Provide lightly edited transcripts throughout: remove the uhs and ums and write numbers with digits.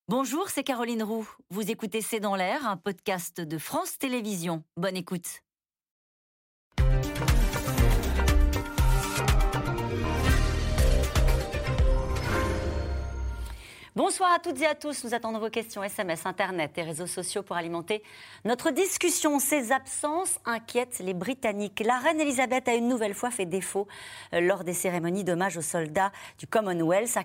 Bonjour, c'est Caroline Roux. Vous écoutez C'est dans l'air, un podcast de France Télévisions. Bonne écoute. Bonsoir à toutes et à tous. Nous attendons vos questions SMS, Internet et réseaux sociaux pour alimenter notre discussion. Ces absences inquiètent les Britanniques. La reine Elisabeth a une nouvelle fois fait défaut lors des cérémonies d'hommage aux soldats du Commonwealth. À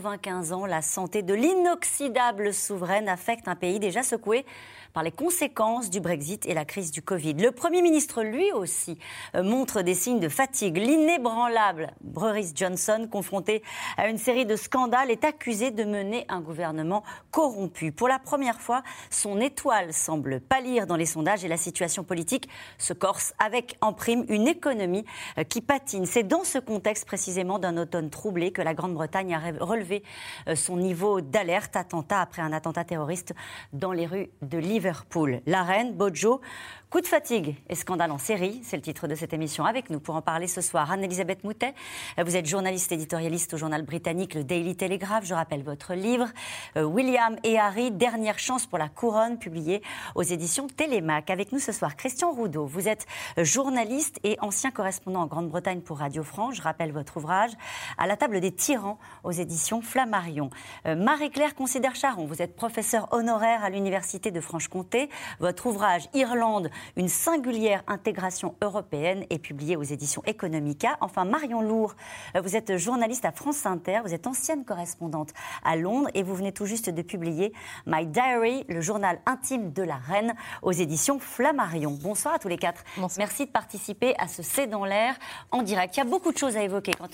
95 ans, la santé de l'inoxydable souveraine affecte un pays déjà secoué par les conséquences du Brexit et la crise du Covid. Le Premier ministre, lui aussi, montre des signes de fatigue. L'inébranlable Boris Johnson, confronté à une série de scandales, est accusé de mener un gouvernement corrompu. Pour la première fois, son étoile semble pâlir dans les sondages et la situation politique se corse avec en prime une économie qui patine. C'est dans ce contexte précisément d'un automne troublé que la Grande-Bretagne a relevé son niveau d'alerte, attentat après un attentat terroriste dans les rues de Liverpool. La reine, Bojo, coup de fatigue et scandale en série, c'est le titre de cette émission. Avec nous pour en parler ce soir, Anne-Elisabeth Moutet. Vous êtes journaliste éditorialiste au journal britannique le Daily Telegraph. Je rappelle votre livre William et Harry, dernière chance pour la couronne, publié aux éditions Télémac. Avec nous ce soir, Christian Roudeau. Vous êtes journaliste et ancien correspondant en Grande-Bretagne pour Radio France. Je rappelle votre ouvrage À la table des tyrans aux éditions Flammarion. Marie-Claire Considère-Charon, vous êtes professeure honoraire à l'Université de Franche-Comté. Votre ouvrage Irlande, une singulière intégration européenne est publié aux éditions Economica. Enfin, Marion Lourd, vous êtes journaliste à France Inter, vous êtes ancienne correspondante à Londres et vous venez tout juste de publier My Diary, le journal intime de la reine, aux éditions Flammarion. Bonsoir à tous les quatre. Bonsoir. Merci de participer à ce C'est dans l'air en direct. Il y a beaucoup de choses à évoquer quand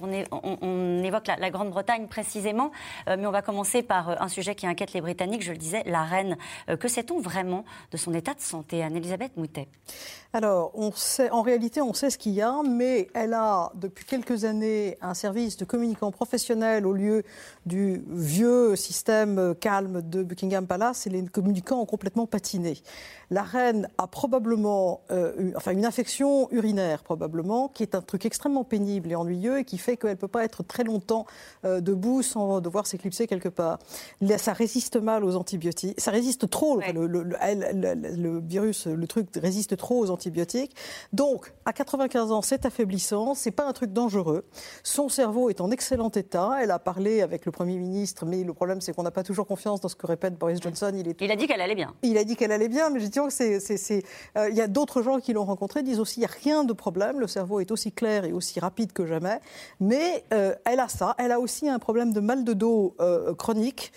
on évoque la Grande-Bretagne précisément, mais on va commencer par un sujet qui inquiète les Britanniques, je le disais, la reine. Que sait-on vraiment de son état de santé, Anne-Elisabeth Moutet? Alors, en réalité, on sait ce qu'il y a, mais elle a, depuis quelques années, un service de communicants professionnels au lieu du vieux système calme de Buckingham Palace, et les communicants ont complètement patiné. La reine a probablement une infection urinaire, probablement, qui est un truc extrêmement pénible et ennuyeux et qui fait qu'elle ne peut pas être très longtemps debout sans devoir s'éclipser quelque part. Ça résiste mal aux antibiotiques. Ça résiste trop. Ouais. Le virus, le truc résiste trop aux antibiotiques. Donc, à 95 ans, c'est affaiblissant. C'est pas un truc dangereux. Son cerveau est en excellent état. Elle a parlé avec le Premier ministre, mais le problème, c'est qu'on n'a pas toujours confiance dans ce que répète Boris Johnson. Il a dit qu'elle allait bien. Il a dit qu'elle allait bien, mais je dis que il y a d'autres gens qui l'ont rencontrée, disent aussi qu'il n'y a rien de problème. Le cerveau est aussi clair et aussi rapide que jamais. Mais elle a ça. Elle a aussi un problème de mal de dos chronique.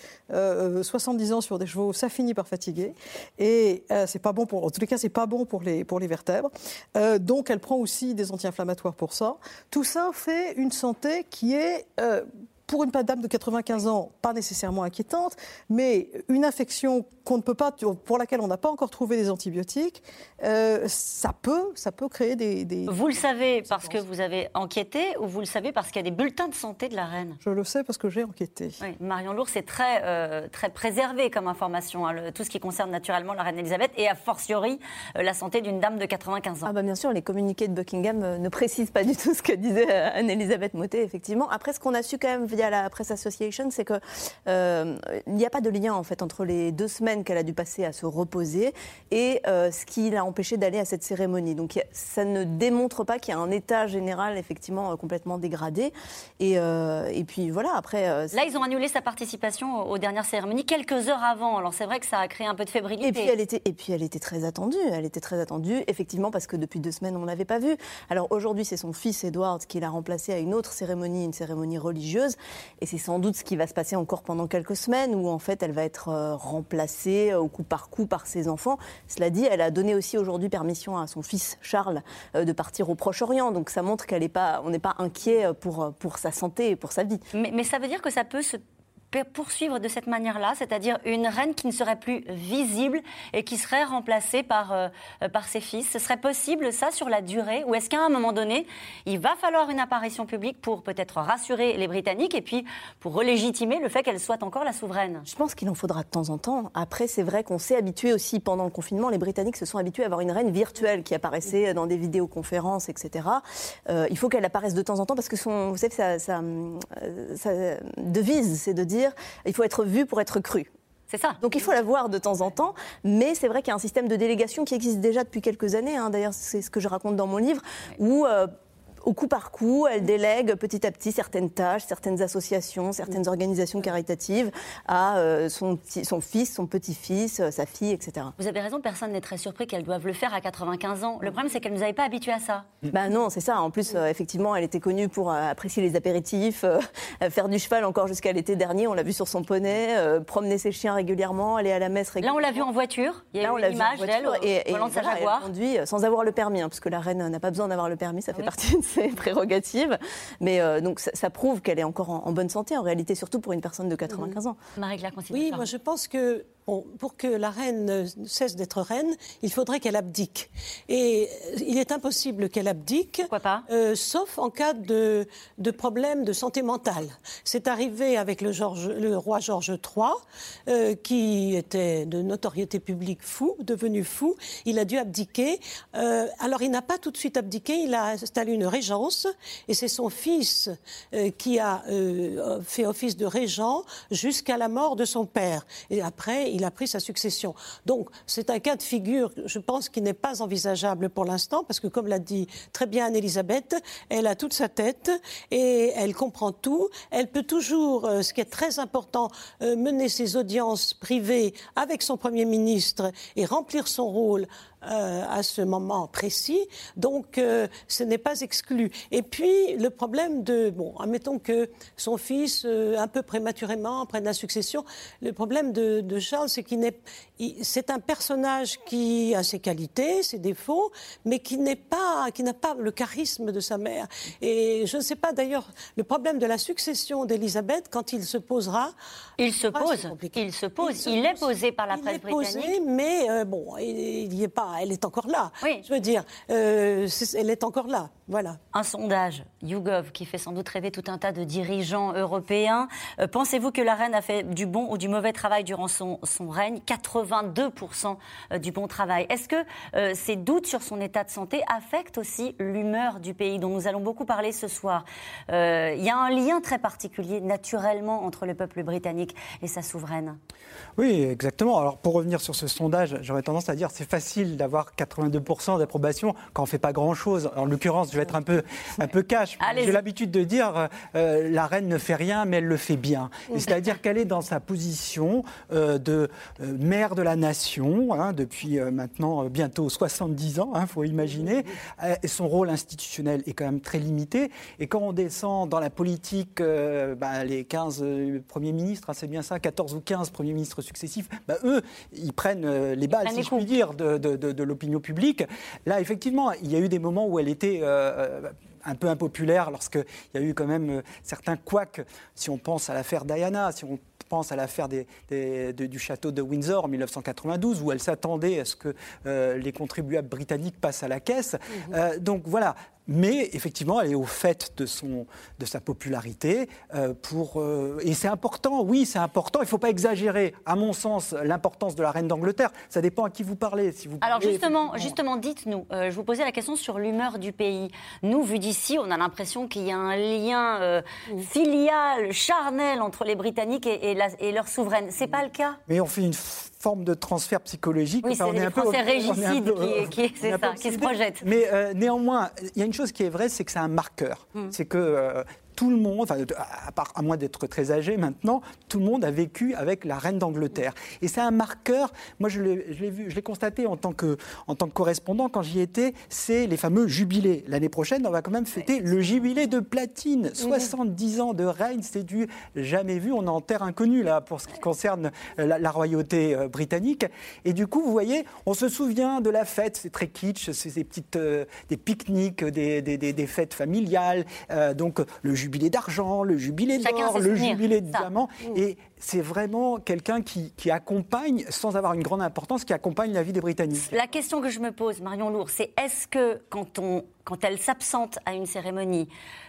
70 ans sur des chevaux, ça finit par fatiguer. Et c'est pas bon en tous les cas, c'est pas bon pour les vertèbres. Donc elle prend aussi des anti-inflammatoires pour ça. Tout ça fait une santé qui est pour une dame de 95 ans, pas nécessairement inquiétante, mais une infection qu'on ne peut pas, pour laquelle on n'a pas encore trouvé des antibiotiques, ça peut créer des... Vous le savez parce que vous avez enquêté ou vous le savez parce qu'il y a des bulletins de santé de la reine? Je le sais parce que j'ai enquêté. Oui, Marion Lourd, c'est très préservé comme information, hein, tout ce qui concerne naturellement la reine Elisabeth et a fortiori la santé d'une dame de 95 ans. Ah bah bien sûr, les communiqués de Buckingham ne précisent pas du tout ce que disait Anne-Elisabeth Moutet, effectivement. Après, ce qu'on a su quand même via la Press Association, c'est qu'il n'y a pas de lien en fait entre les 2 semaines qu'elle a dû passer à se reposer et ce qui l'a empêché d'aller à cette cérémonie. Donc ça ne démontre pas qu'il y a un état général effectivement complètement dégradé. Et puis voilà, après... Là, ils ont annulé sa participation aux dernières cérémonies quelques heures avant. Alors c'est vrai que ça a créé un peu de fébrilité. Et puis elle était très attendue. Elle était très attendue, effectivement, parce que depuis 2 semaines, on ne l'avait pas vue. Alors aujourd'hui, c'est son fils Edward qui l'a remplacée à une autre cérémonie, une cérémonie religieuse. Et c'est sans doute ce qui va se passer encore pendant quelques semaines, où en fait elle va être remplacée au coup par ses enfants. Cela dit, elle a donné aussi aujourd'hui permission à son fils Charles de partir au Proche-Orient. Donc ça montre on n'est pas inquiet pour sa santé et pour sa vie. Mais ça veut dire que ça peut se poursuivre de cette manière-là, c'est-à-dire une reine qui ne serait plus visible et qui serait remplacée par ses fils. Ce serait possible, ça, sur la durée? Ou est-ce qu'à un moment donné, il va falloir une apparition publique pour peut-être rassurer les Britanniques et puis pour relégitimer le fait qu'elle soit encore la souveraine? Je pense qu'il en faudra de temps en temps. Après, c'est vrai qu'on s'est habitué aussi, pendant le confinement, les Britanniques se sont habitués à avoir une reine virtuelle qui apparaissait dans des vidéoconférences, etc. Il faut qu'elle apparaisse de temps en temps parce que vous savez, sa devise, c'est de dire il faut être vu pour être cru. C'est ça. Donc il faut la voir de temps en temps, mais c'est vrai qu'il y a un système de délégation qui existe déjà depuis quelques années, d'ailleurs c'est ce que je raconte dans mon livre, où au coup par coup, elle délègue petit à petit certaines tâches, certaines associations, certaines organisations caritatives à son fils, son petit-fils, sa fille, etc. Vous avez raison, personne n'est très surpris qu'elle doive le faire à 95 ans. Le problème, c'est qu'elle ne nous avait pas habitués à ça. Non, c'est ça. En plus, effectivement, elle était connue pour apprécier les apéritifs, faire du cheval encore jusqu'à l'été dernier. On l'a vu sur son poney, promener ses chiens régulièrement, aller à la messe régulièrement. Là, on l'a vu en voiture. Il y a eu une image d'elle au volant de sa Jaguar. Elle conduit sans avoir le permis, parce que la reine n'a pas besoin d'avoir le permis, ça fait partie de ses prérogatives. Mais donc ça prouve qu'elle est encore en bonne santé, en réalité, surtout pour une personne de 95 ans. Marie-Claire Consigny. Oui, moi je pense que pour que la reine cesse d'être reine, il faudrait qu'elle abdique. Et il est impossible qu'elle abdique. Pourquoi pas sauf en cas de problème de santé mentale. C'est arrivé avec le roi Georges III, qui était de notoriété publique devenu fou. Il a dû abdiquer. Alors il n'a pas tout de suite abdiqué, il a installé une régence, et c'est son fils qui a fait office de régent jusqu'à la mort de son père. Et après, il a pris sa succession. Donc, c'est un cas de figure, je pense, qui n'est pas envisageable pour l'instant, parce que, comme l'a dit très bien Anne-Elisabeth, elle a toute sa tête et elle comprend tout. Elle peut toujours, ce qui est très important, mener ses audiences privées avec son Premier ministre et remplir son rôle à ce moment précis. Donc, ce n'est pas exclu. Et puis, le problème admettons que son fils, un peu prématurément, prenne la succession. Le problème de Charles, c'est c'est un personnage qui a ses qualités, ses défauts, mais qui n'a pas le charisme de sa mère. Et je ne sais pas, d'ailleurs, le problème de la succession d'Élisabeth, quand il se posera... Il se pose. Il est posé par la presse britannique. Il est posé, mais il n'y est pas. Elle est encore là. Oui. Je veux dire, elle est encore là. Voilà. Un sondage, YouGov, qui fait sans doute rêver tout un tas de dirigeants européens. Pensez-vous que la reine a fait du bon ou du mauvais travail durant son règne ? 82% du bon travail. Est-ce que ces doutes sur son état de santé affectent aussi l'humeur du pays, dont nous allons beaucoup parler ce soir ? Il y a un lien très particulier, naturellement, entre le peuple britannique et sa souveraine. Oui, exactement. Alors, pour revenir sur ce sondage, j'aurais tendance à dire que c'est facile d'avoir 82% d'approbation quand on ne fait pas grand-chose. En l'occurrence, je vais être un peu cash. J'ai l'habitude de dire la reine ne fait rien, mais elle le fait bien. Et c'est-à-dire qu'elle est dans sa position de mère de la nation, depuis maintenant bientôt 70 ans, faut imaginer. Et son rôle institutionnel est quand même très limité. Et quand on descend dans la politique, les 15 premiers ministres, c'est bien ça, 14 ou 15 premiers ministres successifs, eux, ils prennent les balles, si je puis dire, de l'opinion publique. Là, effectivement, il y a eu des moments où elle était un peu impopulaire, lorsqu'il y a eu quand même certains couacs, si on pense à l'affaire Diana, si on pense à l'affaire du château de Windsor en 1992, où elle s'attendait à ce que les contribuables britanniques passent à la caisse. Donc voilà. Mais effectivement, elle est au fait de sa popularité. Et c'est important, oui, c'est important. Il ne faut pas exagérer, à mon sens, l'importance de la reine d'Angleterre. Ça dépend à qui vous parlez. Si vous Alors parlez, justement, dites-nous, je vous posais la question sur l'humeur du pays. Nous, vu d'ici, on a l'impression qu'il y a un lien filial, charnel entre les Britanniques et leur souveraine. Ce n'est pas le cas. Mais on fait une forme de transfert psychologique. Oui, c'est les Français régicides qui se projettent. Mais néanmoins, il y a une chose qui est vraie, c'est que c'est un marqueur. C'est que tout le monde, à moins d'être très âgé maintenant, tout le monde a vécu avec la reine d'Angleterre. Et c'est un marqueur, moi je l'ai constaté en tant que correspondant quand j'y étais, c'est les fameux jubilés. L'année prochaine, on va quand même fêter le jubilé de platine. 70 ans de règne, c'est du jamais vu. On est en terre inconnue là, pour ce qui concerne la royauté britannique. Et du coup, vous voyez, on se souvient de la fête, c'est très kitsch, c'est des pique-niques, des fêtes familiales, donc le jubilé d'argent, le jubilé d'or, le jubilé de diamant. Et c'est vraiment quelqu'un qui accompagne, sans avoir une grande importance, qui accompagne la vie des Britanniques. La question que je me pose, Marion Lourd, c'est est-ce que quand elle s'absente à une cérémonie,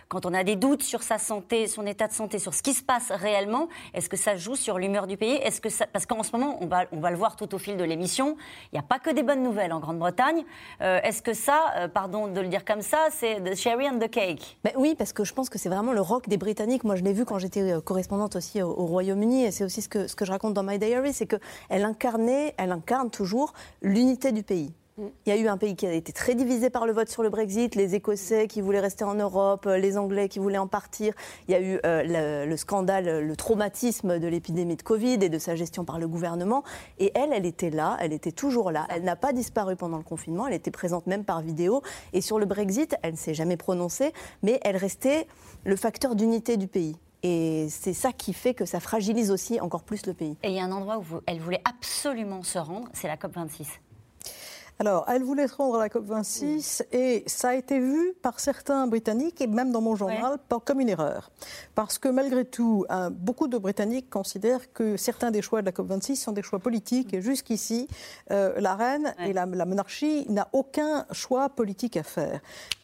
quand on a des doutes sur sa santé, son état de santé, sur ce qui se passe réellement, est-ce que ça joue sur l'humeur du pays ? Parce qu'en ce moment, on va le voir tout au fil de l'émission, il n'y a pas que des bonnes nouvelles en Grande-Bretagne. Est-ce que ça, pardon de le dire comme ça, c'est the cherry on the cake ? Oui, parce que je pense que c'est vraiment le rock des Britanniques. Moi, je l'ai vu quand j'étais correspondante aussi au Royaume-Uni, et c'est aussi ce que je raconte dans My Diary, c'est qu'elle incarne toujours l'unité du pays. Il y a eu un pays qui a été très divisé par le vote sur le Brexit, les Écossais qui voulaient rester en Europe, les Anglais qui voulaient en partir. Il y a eu le scandale, le traumatisme de l'épidémie de Covid et de sa gestion par le gouvernement. Et elle était là, elle était toujours là. Elle n'a pas disparu pendant le confinement, elle était présente même par vidéo. Et sur le Brexit, elle ne s'est jamais prononcée, mais elle restait le facteur d'unité du pays. Et c'est ça qui fait que ça fragilise aussi encore plus le pays. Et il y a un endroit où elle voulait absolument se rendre, c'est la COP26. Alors, elle voulait se rendre à la COP26 et ça a été vu par certains Britanniques et même dans mon journal comme une erreur. Parce que malgré tout, beaucoup de Britanniques considèrent que certains des choix de la COP26 sont des choix politiques et jusqu'ici, la reine et la monarchie n'a aucun choix politique à faire.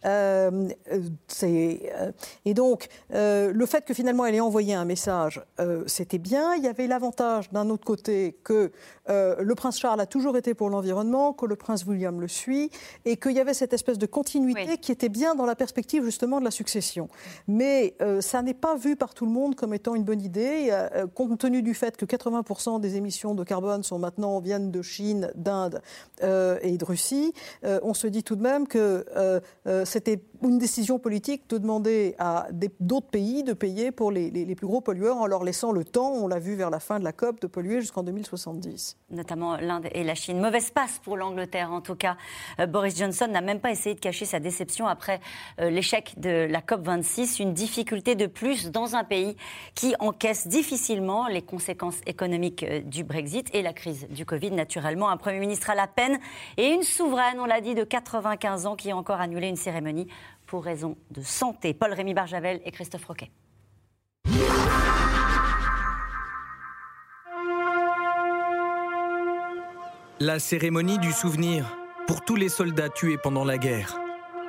Et donc, le fait que finalement elle ait envoyé un message, c'était bien. Il y avait l'avantage d'un autre côté que le prince Charles a toujours été pour l'environnement, que le prince William le suit, et qu'il y avait cette espèce de continuité qui était bien dans la perspective justement de la succession. Mais ça n'est pas vu par tout le monde comme étant une bonne idée, compte tenu du fait que 80% des émissions de carbone viennent de Chine, d'Inde et de Russie. On se dit tout de même que c'était une décision politique de demander à d'autres pays de payer pour les plus gros pollueurs en leur laissant le temps, on l'a vu vers la fin de la COP, de polluer jusqu'en 2070. Notamment l'Inde et la Chine. Mauvaise passe pour l'Angleterre, en tout cas. Boris Johnson n'a même pas essayé de cacher sa déception après l'échec de la COP26. Une difficulté de plus dans un pays qui encaisse difficilement les conséquences économiques du Brexit et la crise du Covid, naturellement. Un Premier ministre à la peine et une souveraine, on l'a dit, de 95 ans qui a encore annulé une cérémonie pour raison de santé. Paul-Rémy Barjavel et Christophe Roquet. La cérémonie du souvenir pour tous les soldats tués pendant la guerre.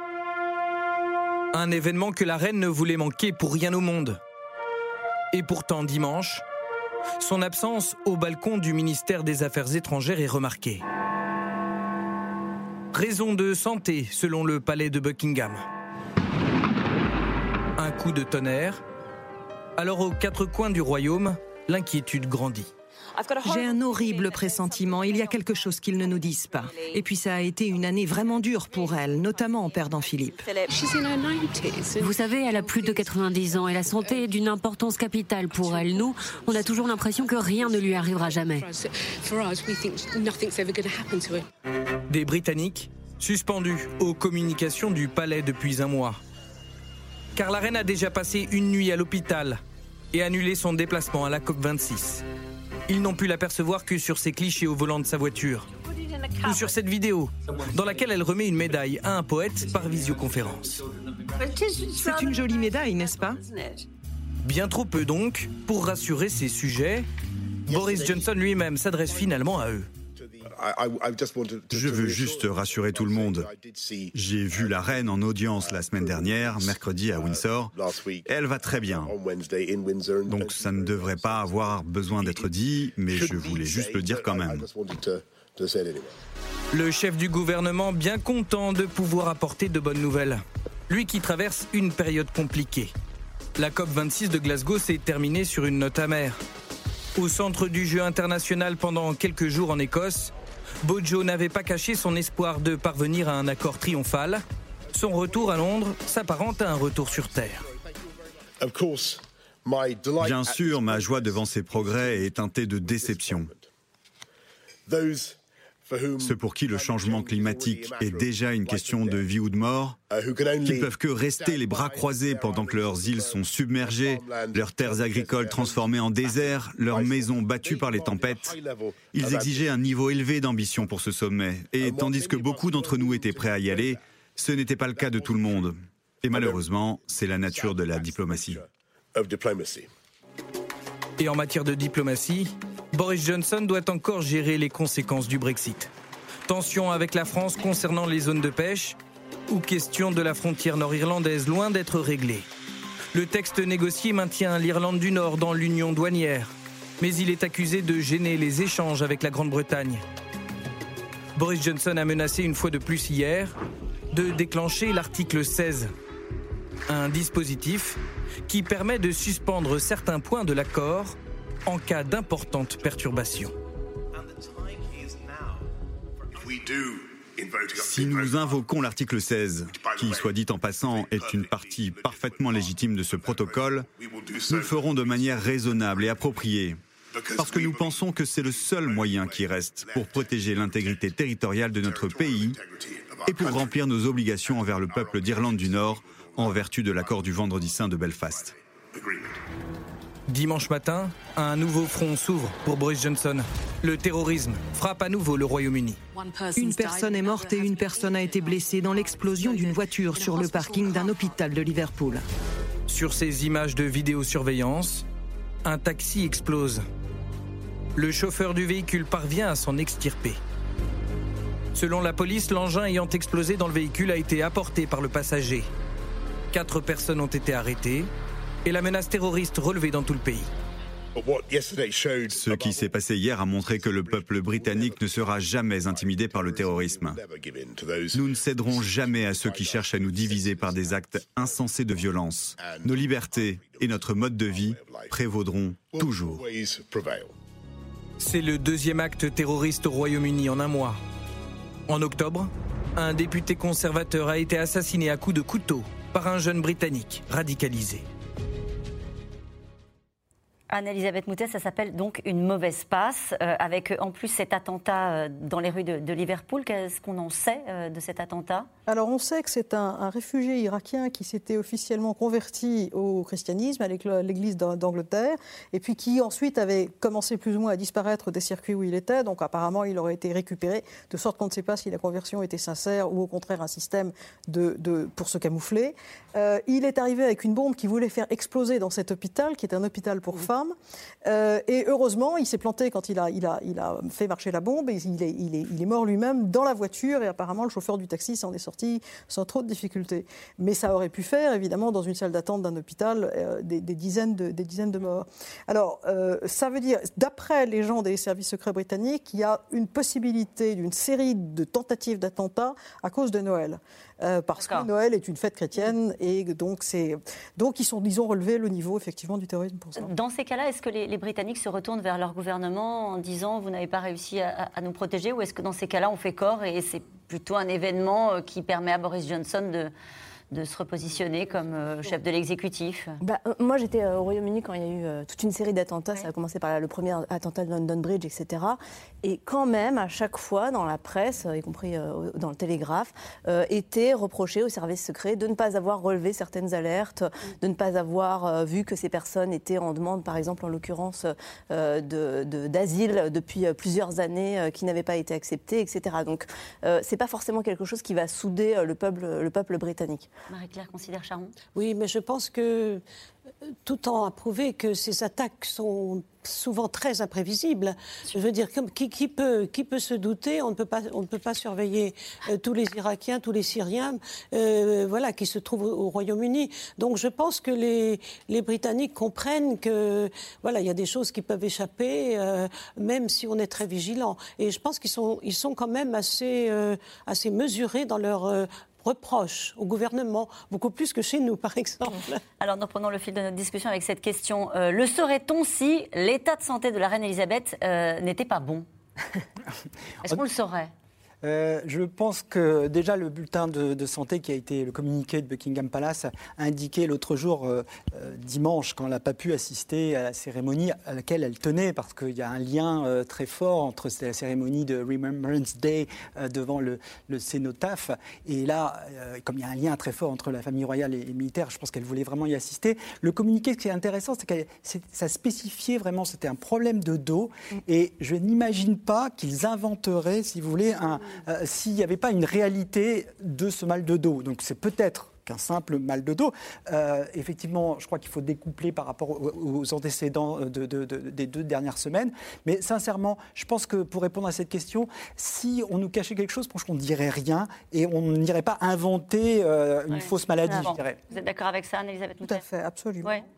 Un événement que la reine ne voulait manquer pour rien au monde. Et pourtant, dimanche, son absence au balcon du ministère des Affaires étrangères est remarquée. Raison de santé, selon le palais de Buckingham. Un coup de tonnerre. Alors aux quatre coins du royaume, l'inquiétude grandit. J'ai un horrible pressentiment, il y a quelque chose qu'ils ne nous disent pas. Et puis ça a été une année vraiment dure pour elle, notamment en perdant Philippe. Vous savez, elle a plus de 90 ans et la santé est d'une importance capitale pour elle. Nous, on a toujours l'impression que rien ne lui arrivera jamais. Des Britanniques suspendus aux communications du palais depuis un mois. Car la reine a déjà passé une nuit à l'hôpital et annulé son déplacement à la COP26. Ils n'ont pu l'apercevoir que sur ses clichés au volant de sa voiture. Ou sur cette vidéo, dans laquelle elle remet une médaille à un poète par visioconférence. C'est une jolie médaille, n'est-ce pas ? Bien trop peu donc, pour rassurer ses sujets. Boris Johnson lui-même s'adresse finalement à eux. Je veux juste rassurer tout le monde. J'ai vu la reine en audience la semaine dernière, mercredi à Windsor. Elle va très bien. Donc ça ne devrait pas avoir besoin d'être dit, mais je voulais juste le dire quand même. Le chef du gouvernement bien content de pouvoir apporter de bonnes nouvelles. Lui qui traverse une période compliquée. La COP26 de Glasgow s'est terminée sur une note amère. Au centre du jeu international pendant quelques jours en Écosse, Bojo n'avait pas caché son espoir de parvenir à un accord triomphal. Son retour à Londres s'apparente à un retour sur Terre. Bien sûr, ma joie devant ces progrès est teintée de déception. Ceux pour qui le changement climatique est déjà une question de vie ou de mort, qui ne peuvent que rester les bras croisés pendant que leurs îles sont submergées, leurs terres agricoles transformées en désert, leurs maisons battues par les tempêtes. Ils exigeaient un niveau élevé d'ambition pour ce sommet. Et tandis que beaucoup d'entre nous étaient prêts à y aller, ce n'était pas le cas de tout le monde. Et malheureusement, c'est la nature de la diplomatie. Et en matière de diplomatie, Boris Johnson doit encore gérer les conséquences du Brexit. Tension avec la France concernant les zones de pêche ou question de la frontière nord-irlandaise loin d'être réglée. Le texte négocié maintient l'Irlande du Nord dans l'union douanière. Mais il est accusé de gêner les échanges avec la Grande-Bretagne. Boris Johnson a menacé une fois de plus hier de déclencher l'article 16. Un dispositif qui permet de suspendre certains points de l'accord en cas d'importantes perturbations. Si nous invoquons l'article 16, qui, soit dit en passant, est une partie parfaitement légitime de ce protocole, nous le ferons de manière raisonnable et appropriée, parce que nous pensons que c'est le seul moyen qui reste pour protéger l'intégrité territoriale de notre pays et pour remplir nos obligations envers le peuple d'Irlande du Nord en vertu de l'accord du Vendredi Saint de Belfast. Dimanche matin, un nouveau front s'ouvre pour Boris Johnson. Le terrorisme frappe à nouveau le Royaume-Uni. Une personne est morte et une personne a été blessée dans l'explosion d'une voiture sur le parking d'un hôpital de Liverpool. Sur ces images de vidéosurveillance, un taxi explose. Le chauffeur du véhicule parvient à s'en extirper. Selon la police, l'engin ayant explosé dans le véhicule a été apporté par le passager. 4 personnes ont été arrêtées et la menace terroriste relevée dans tout le pays. Ce qui s'est passé hier a montré que le peuple britannique ne sera jamais intimidé par le terrorisme. Nous ne céderons jamais à ceux qui cherchent à nous diviser par des actes insensés de violence. Nos libertés et notre mode de vie prévaudront toujours. C'est le 2e acte terroriste au Royaume-Uni en un mois. En octobre, un député conservateur a été assassiné à coups de couteau par un jeune Britannique radicalisé. Anne-Elisabeth Moutet, ça s'appelle donc une mauvaise passe, avec en plus cet attentat dans les rues de Liverpool. Qu'est-ce qu'on en sait de cet attentat ? Alors on sait que c'est un réfugié irakien qui s'était officiellement converti au christianisme avec l'église d'Angleterre, et puis qui ensuite avait commencé plus ou moins à disparaître des circuits où il était. Donc apparemment il aurait été récupéré, de sorte qu'on ne sait pas si la conversion était sincère ou au contraire un système pour se camoufler. Il est arrivé avec une bombe qui voulait faire exploser dans cet hôpital, qui est un hôpital pour femmes. Et heureusement, il s'est planté quand il a fait marcher la bombe, et il est mort lui-même dans la voiture, et apparemment le chauffeur du taxi s'en est sorti sans trop de difficultés. Mais ça aurait pu faire, évidemment, dans une salle d'attente d'un hôpital, des dizaines de morts. Alors, ça veut dire, d'après les gens des services secrets britanniques, il y a une possibilité d'une série de tentatives d'attentats à cause de Noël. Parce que Noël est une fête chrétienne, et donc ils ont relevé le niveau effectivement du terrorisme pour ça. Dans ces cas-là, est-ce que les Britanniques se retournent vers leur gouvernement en disant vous n'avez pas réussi à nous protéger, ou est-ce que dans ces cas-là on fait corps et c'est plutôt un événement qui permet à Boris Johnson de se repositionner comme chef de l'exécutif? Moi, j'étais au Royaume-Uni quand il y a eu toute une série d'attentats. Ouais. Ça a commencé par le premier attentat de London Bridge, etc. Et quand même, à chaque fois, dans la presse, y compris dans le Télégraphe, était reproché aux services secrets de ne pas avoir relevé certaines alertes, de ne pas avoir vu que ces personnes étaient en demande, par exemple, en l'occurrence, d'asile depuis plusieurs années, qui n'avaient pas été acceptées, etc. Donc, c'est pas forcément quelque chose qui va souder le peuple britannique. Marie-Claire Considère-Charon. Oui, mais je pense que tout temps a prouvé que ces attaques sont souvent très imprévisibles. Je veux dire, qui peut se douter? On ne peut pas surveiller tous les Irakiens, tous les Syriens, qui se trouvent au Royaume-Uni. Donc je pense que les Britanniques comprennent que il y a des choses qui peuvent échapper, même si on est très vigilant. Et je pense qu'ils sont quand même assez mesurés dans leur reproches au gouvernement, beaucoup plus que chez nous, par exemple. Alors, nous reprenons le fil de notre discussion avec cette question. Le saurait-on si l'état de santé de la reine Elisabeth n'était pas bon? Est-ce qu'on le saurait? Je pense que déjà le bulletin de santé qui a été le communiqué de Buckingham Palace a indiqué l'autre jour, dimanche, quand elle n'a pas pu assister à la cérémonie à laquelle elle tenait, parce qu'il y a un lien très fort entre la cérémonie de Remembrance Day devant le cénotaphe. Et là, comme il y a un lien très fort entre la famille royale et les militaires, je pense qu'elle voulait vraiment y assister. Le communiqué, ce qui est intéressant, c'est que ça spécifiait vraiment, c'était un problème de dos. Et je n'imagine pas qu'ils inventeraient, si vous voulez, s'il n'y avait pas une réalité de ce mal de dos. Donc c'est peut-être qu'un simple mal de dos. Effectivement, je crois qu'il faut découpler par rapport aux antécédents des 2 dernières semaines. Mais sincèrement, je pense que pour répondre à cette question, si on nous cachait quelque chose, je pense qu'on ne dirait rien et on n'irait pas inventer une fausse maladie, je dirais. Vous êtes d'accord avec ça, Anne-Elisabeth Moutet ? Tout à fait, absolument. Ouais.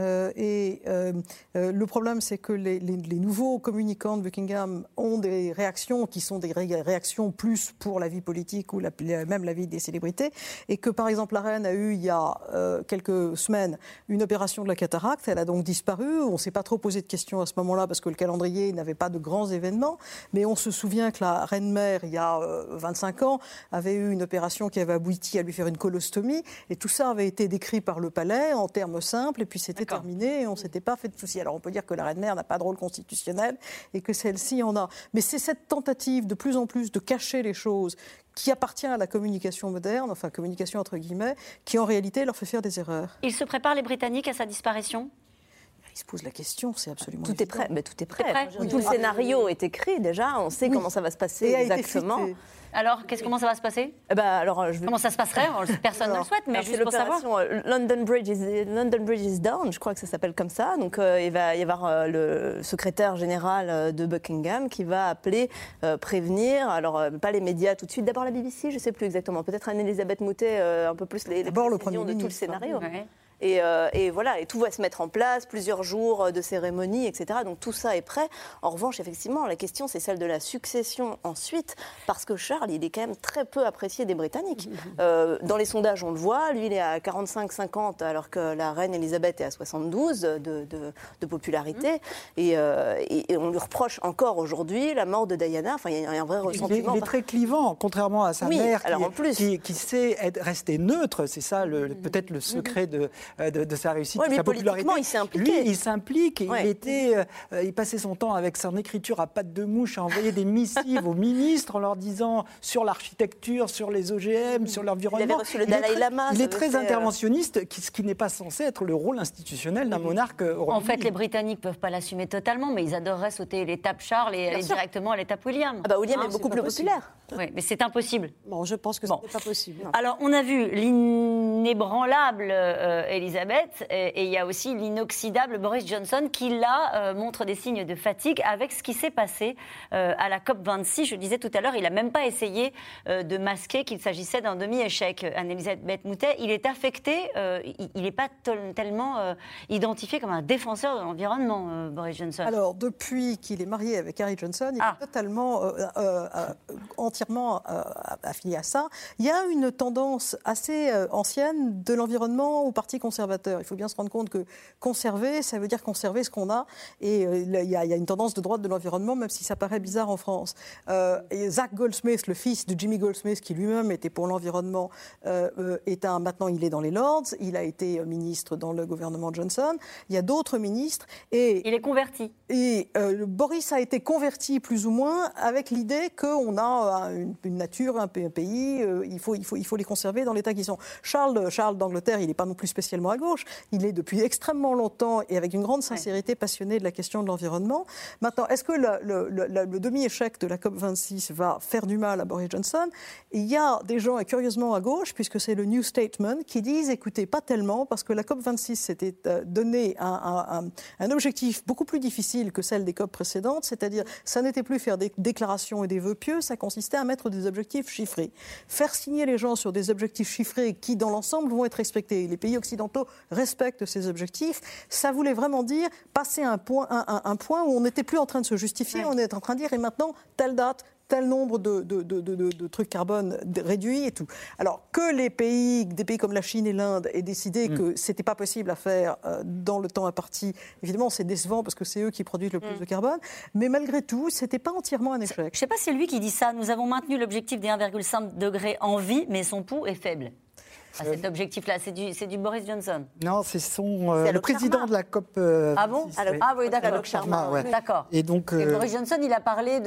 Le problème, c'est que les nouveaux communicants de Buckingham ont des réactions qui sont des réactions plus pour la vie politique ou même la vie des célébrités, et que par exemple la reine a eu il y a quelques semaines une opération de la cataracte, elle a donc disparu, on ne s'est pas trop posé de questions à ce moment-là parce que le calendrier n'avait pas de grands événements, mais on se souvient que la reine-mère, il y a 25 ans, avait eu une opération qui avait abouti à lui faire une colostomie, et tout ça avait été décrit par le palais en termes simples, et puis c'était terminé et on ne s'était pas fait de soucis. Alors on peut dire que la reine-mère n'a pas de rôle constitutionnel et que celle-ci en a. Mais c'est cette tentative de plus en plus de cacher les choses qui appartient à la communication moderne, enfin communication entre guillemets, qui en réalité leur fait faire des erreurs. Ils se préparent, les Britanniques, à sa disparition ? Ils se posent la question, c'est absolument tout évident. est prêt, mais tout est prêt. Oui. Tout le scénario est écrit déjà, on sait comment ça va se passer exactement. Alors, comment ça va se passer ? Comment ça se passerait ? Personne ne le souhaite, mais juste pour savoir. London Bridge is down, je crois que ça s'appelle comme ça. Donc, il va y avoir le secrétaire général de Buckingham qui va appeler, prévenir. Alors, pas les médias tout de suite. D'abord la BBC, je ne sais plus exactement. Peut-être Anne-Elisabeth Moutet, un peu plus les précisions de tout le scénario. Ouais. Et voilà, et tout va se mettre en place, plusieurs jours de cérémonie, etc. Donc tout ça est prêt. En revanche, effectivement, la question, c'est celle de la succession ensuite, parce que Charles, il est quand même très peu apprécié des Britanniques. Dans les sondages, on le voit, lui, il est à 45-50, alors que la reine Elisabeth est à 72 de popularité. Et on lui reproche encore aujourd'hui la mort de Diana. Enfin, il y a un vrai ressentiment. Il est très clivant, contrairement à sa mère, qui sait rester neutre. C'est ça, peut-être le secret de sa réussite, de sa popularité. Il s'est impliqué. Lui, il s'implique. Il passait son temps avec son écriture à pattes de mouche à envoyer des missives aux ministres en leur disant sur l'architecture, sur les OGM, sur l'environnement. Il avait reçu le Dalai Lama. Il est très interventionniste, ce qui n'est pas censé être le rôle institutionnel d'un monarque européen. En fait, les Britanniques ne peuvent pas l'assumer totalement, mais ils adoreraient sauter l'étape Charles et aller directement à l'étape William. William est beaucoup plus populaire. Oui, mais c'est impossible. Bon, je pense que ce n'est pas possible. Alors, on a vu l'inébranlable Elisabeth, et il y a aussi l'inoxydable Boris Johnson qui, là, montre des signes de fatigue avec ce qui s'est passé à la COP26. Je disais tout à l'heure, il n'a même pas essayé de masquer qu'il s'agissait d'un demi-échec. Anne-Elisabeth Moutet, il est affecté, il n'est pas tellement identifié comme un défenseur de l'environnement, Boris Johnson. Alors, depuis qu'il est marié avec Harry Johnson, il est totalement, entièrement affilié à ça. Il y a une tendance assez ancienne de l'environnement au Parti conservateur. Il faut bien se rendre compte que conserver, ça veut dire conserver ce qu'on a. Et il y a une tendance de droite de l'environnement, même si ça paraît bizarre en France. Et Zach Goldsmith, le fils de Jimmy Goldsmith, qui lui-même était pour l'environnement, maintenant il est dans les Lords. Il a été ministre dans le gouvernement Johnson. Il y a d'autres ministres. Et il est converti. Et Boris a été converti plus ou moins avec l'idée qu'on a une nature, un pays, il faut les conserver dans l'état qu'ils sont. Charles d'Angleterre, il n'est pas non plus spécialement à gauche. Il est depuis extrêmement longtemps et avec une grande sincérité passionné de la question de l'environnement. Maintenant, est-ce que le demi-échec de la COP26 va faire du mal à Boris Johnson ? Il y a des gens, et curieusement à gauche, puisque c'est le New Statesman, qui disent, écoutez, pas tellement, parce que la COP26 s'était donné un objectif beaucoup plus difficile que celle des COP précédentes, c'est-à-dire, ça n'était plus faire des déclarations et des vœux pieux, ça consistait à mettre des objectifs chiffrés. Faire signer les gens sur des objectifs chiffrés qui, dans l'ensemble, vont être respectés. Les pays occidentaux respectent ces objectifs. Ça voulait vraiment dire passer un point où on n'était plus en train de se justifier, on est en train de dire, et maintenant, telle date, tel nombre de trucs carbone réduits et tout. Alors que des pays comme la Chine et l'Inde aient décidé que c'était pas possible à faire dans le temps imparti, évidemment c'est décevant parce que c'est eux qui produisent le plus de carbone, mais malgré tout, c'était pas entièrement un échec. Je sais pas si c'est lui qui dit ça. Nous avons maintenu l'objectif des 1,5 degrés en vie, mais son pouls est faible. Cet objectif-là, c'est du Boris Johnson. Non, c'est le président de la COP. Ah bon ? Ah oui, d'accord. Alok Sharma, ouais. D'accord. Et donc, Boris Johnson, il a parlé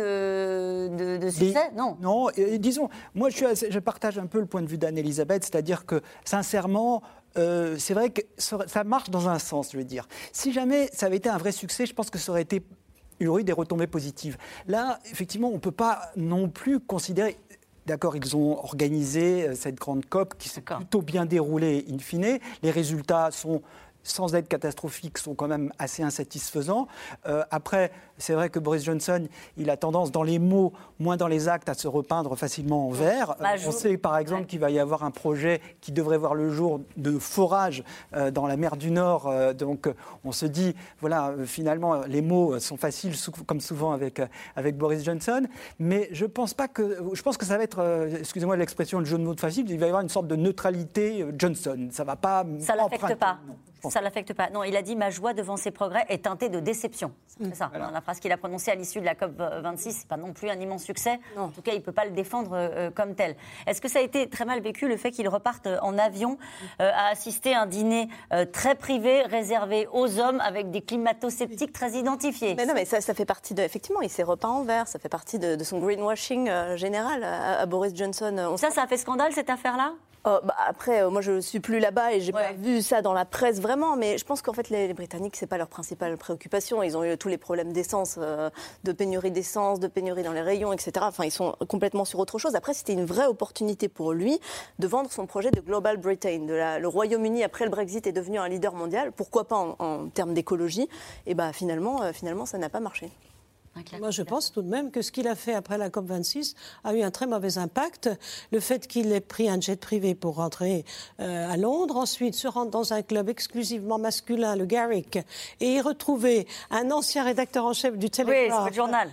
de succès ? Non. Non, disons, moi je partage un peu le point de vue d'Anne-Elisabeth, c'est-à-dire que, sincèrement, c'est vrai que ça marche dans un sens, je veux dire. Si jamais ça avait été un vrai succès, je pense que ça aurait eu des retombées positives. Là, effectivement, on ne peut pas non plus considérer... d'accord, ils ont organisé cette grande COP qui s'est plutôt bien déroulée in fine. Les résultats sont, sans être catastrophiques, sont quand même assez insatisfaisants. Après, c'est vrai que Boris Johnson, il a tendance, dans les mots, moins dans les actes, à se repeindre facilement en vert. On sait, par exemple, qu'il va y avoir un projet qui devrait voir le jour de forage dans la mer du Nord. Donc, on se dit, voilà, finalement, les mots sont faciles, comme souvent avec Boris Johnson. Mais je pense que ça va être, excusez-moi l'expression, le jeu de mots facile, il va y avoir une sorte de neutralité Johnson. Ça va pas... Ça ne l'affecte pas. Ça ne l'affecte pas. Non, il a dit « Ma joie devant ces progrès est teintée de déception ». C'est ça, voilà. La phrase qu'il a prononcée à l'issue de la COP26, ce n'est pas non plus un immense succès. Non. En tout cas, il ne peut pas le défendre comme tel. Est-ce que ça a été très mal vécu, le fait qu'il reparte en avion à assister à un dîner très privé, réservé aux hommes, avec des climato-sceptiques très identifiés? Mais non, mais ça fait partie de... Effectivement, il s'est repeint en vert, ça fait partie de son greenwashing général à Boris Johnson. Ça a fait scandale, cette affaire-là? Après, moi, je ne suis plus là-bas et je n'ai pas vu ça dans la presse vraiment, mais je pense qu'en fait, les Britanniques, ce n'est pas leur principale préoccupation. Ils ont eu tous les problèmes d'essence, de pénurie d'essence, de pénurie dans les rayons, etc. Enfin, ils sont complètement sur autre chose. Après, c'était une vraie opportunité pour lui de vendre son projet de Global Britain. Le Royaume-Uni, après le Brexit, est devenu un leader mondial. Pourquoi pas en termes d'écologie? Et finalement, ça n'a pas marché. Moi, je pense tout de même que ce qu'il a fait après la COP26 a eu un très mauvais impact. Le fait qu'il ait pris un jet privé pour rentrer à Londres, ensuite se rendre dans un club exclusivement masculin, le Garrick, et y retrouver un ancien rédacteur en chef du Telegraph, le journal,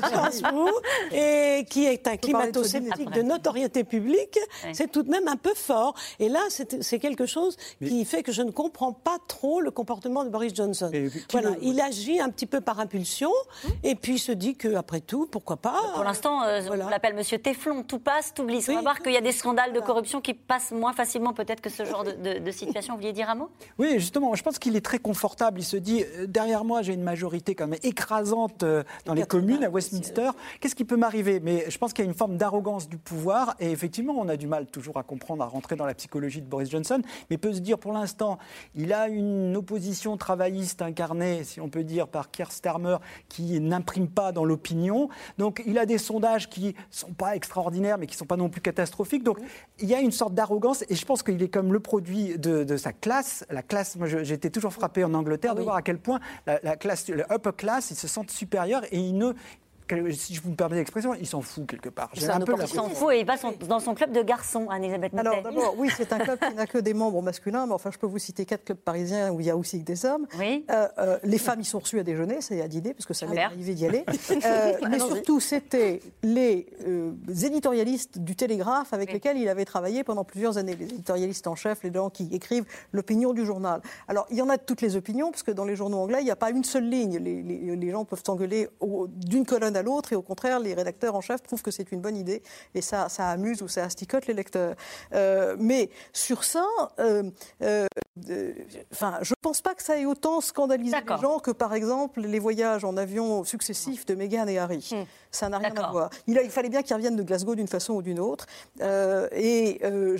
et qui est un climato-sceptique de notoriété publique, c'est tout de même un peu fort. Et là, c'est quelque chose qui fait que je ne comprends pas trop le comportement de Boris Johnson. Voilà, il agit un petit peu par impulsion, et puis il se dit qu'après tout, pourquoi pas... Pour l'instant, on l'appelle Monsieur Téflon, tout passe, tout glisse. On va voir qu'il y a des scandales de corruption qui passent moins facilement peut-être que ce genre de situation. Vous vouliez dire un mot? Oui, justement, je pense qu'il est très confortable. Il se dit, derrière moi, j'ai une majorité quand même écrasante dans les communes, à Westminster. Qu'est-ce qui peut m'arriver? Mais je pense qu'il y a une forme d'arrogance du pouvoir. Et effectivement, on a du mal toujours à comprendre, à rentrer dans la psychologie de Boris Johnson. Mais peut se dire, pour l'instant, il a une opposition travailliste incarnée, si on peut dire, par Keir Starmer, qui n'imprime pas dans l'opinion. Donc, il a des sondages qui ne sont pas extraordinaires, mais qui ne sont pas non plus catastrophiques. Donc, il y a une sorte d'arrogance, et je pense qu'il est comme le produit de sa classe. La classe, moi, j'étais toujours frappé en Angleterre de voir à quel point la classe, le upper class, ils se sentent supérieurs et ils ne... Si je vous me permets l'expression, il s'en fout quelque part. Il s'en fout et il va dans son club de garçons, Anne-Elisabeth Moutet. Alors d'abord, oui, c'est un club qui n'a que des membres masculins, mais enfin, je peux vous citer 4 clubs parisiens où il y a aussi des hommes. Oui. Les femmes y sont reçues à déjeuner, c'est à dîner, parce que ça m'est arrivé d'y aller. Mais surtout, c'était les éditorialistes du Télégraphe avec lesquels il avait travaillé pendant plusieurs années. Les éditorialistes en chef, les gens qui écrivent l'opinion du journal. Alors, il y en a de toutes les opinions, parce que dans les journaux anglais, il n'y a pas une seule ligne. Les gens peuvent s'engueuler d'une colonne à l'autre, et au contraire, les rédacteurs en chef trouvent que c'est une bonne idée, et ça amuse ou ça asticote les lecteurs. Mais sur ça, je ne pense pas que ça ait autant scandalisé les gens que, par exemple, les voyages en avion successifs de Meghan et Harry. Ça n'a rien à voir. Il fallait bien qu'ils reviennent de Glasgow d'une façon ou d'une autre. Il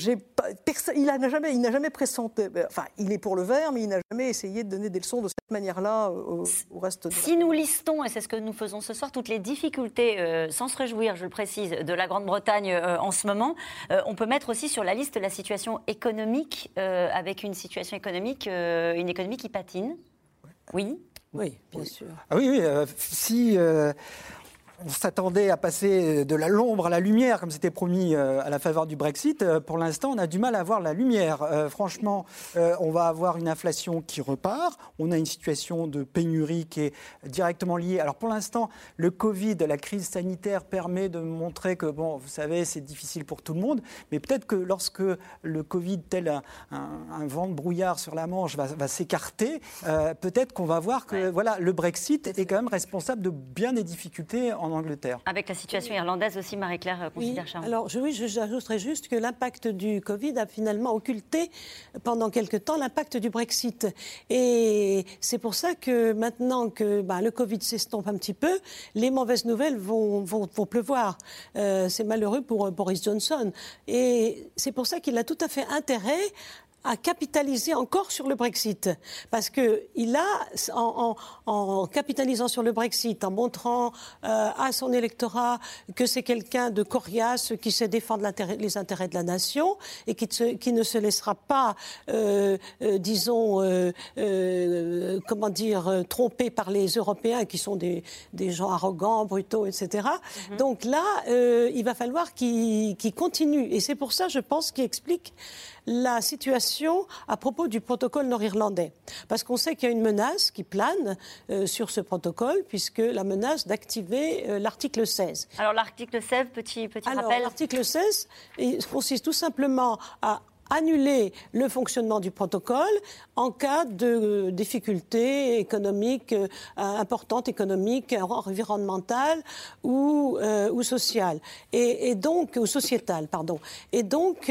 n'a jamais pressenti... Enfin, il est pour le vert, mais il n'a jamais essayé de donner des leçons de cette manière-là au reste de... Si nous listons, et c'est ce que nous faisons ce soir, toutes les difficultés, sans se réjouir, je le précise, de la Grande-Bretagne en ce moment, on peut mettre aussi sur la liste la situation économique, avec une situation économique, une économie qui patine. Oui. Oui, bien sûr. Ah oui, si... on s'attendait à passer de l'ombre à la lumière, comme c'était promis à la faveur du Brexit. Pour l'instant, on a du mal à voir la lumière. Franchement, on va avoir une inflation qui repart. On a une situation de pénurie qui est directement liée. Alors pour l'instant, le Covid, la crise sanitaire permet de montrer que, bon, vous savez, c'est difficile pour tout le monde. Mais peut-être que lorsque le Covid, tel un vent de brouillard sur la Manche, va s'écarter, peut-être qu'on va voir que voilà, le Brexit est quand même responsable de bien des difficultés en Angleterre. Avec la situation irlandaise aussi, Marie-Claire Considère-Charmant. Alors, j'ajouterais juste que l'impact du Covid a finalement occulté pendant quelque temps l'impact du Brexit. Et c'est pour ça que maintenant que le Covid s'estompe un petit peu, les mauvaises nouvelles vont pleuvoir. C'est malheureux pour Boris Johnson. Et c'est pour ça qu'il a tout à fait intérêt à capitaliser encore sur le Brexit. Parce qu'il a, en capitalisant sur le Brexit, en montrant à son électorat que c'est quelqu'un de coriace, qui sait défendre les intérêts de la nation et qui ne se laissera pas, tromper par les Européens qui sont des gens arrogants, brutaux, etc. Donc là, il va falloir qu'il continue. Et c'est pour ça, je pense, qu'il explique la situation à propos du protocole nord-irlandais. Parce qu'on sait qu'il y a une menace qui plane sur ce protocole, puisque la menace d'activer l'article 16. Alors l'article 16, petit rappel. L'article 16 consiste tout simplement à annuler le fonctionnement du protocole en cas de difficultés économiques importantes, économiques, environnementales ou sociales, et donc ou sociétales, pardon. Et donc,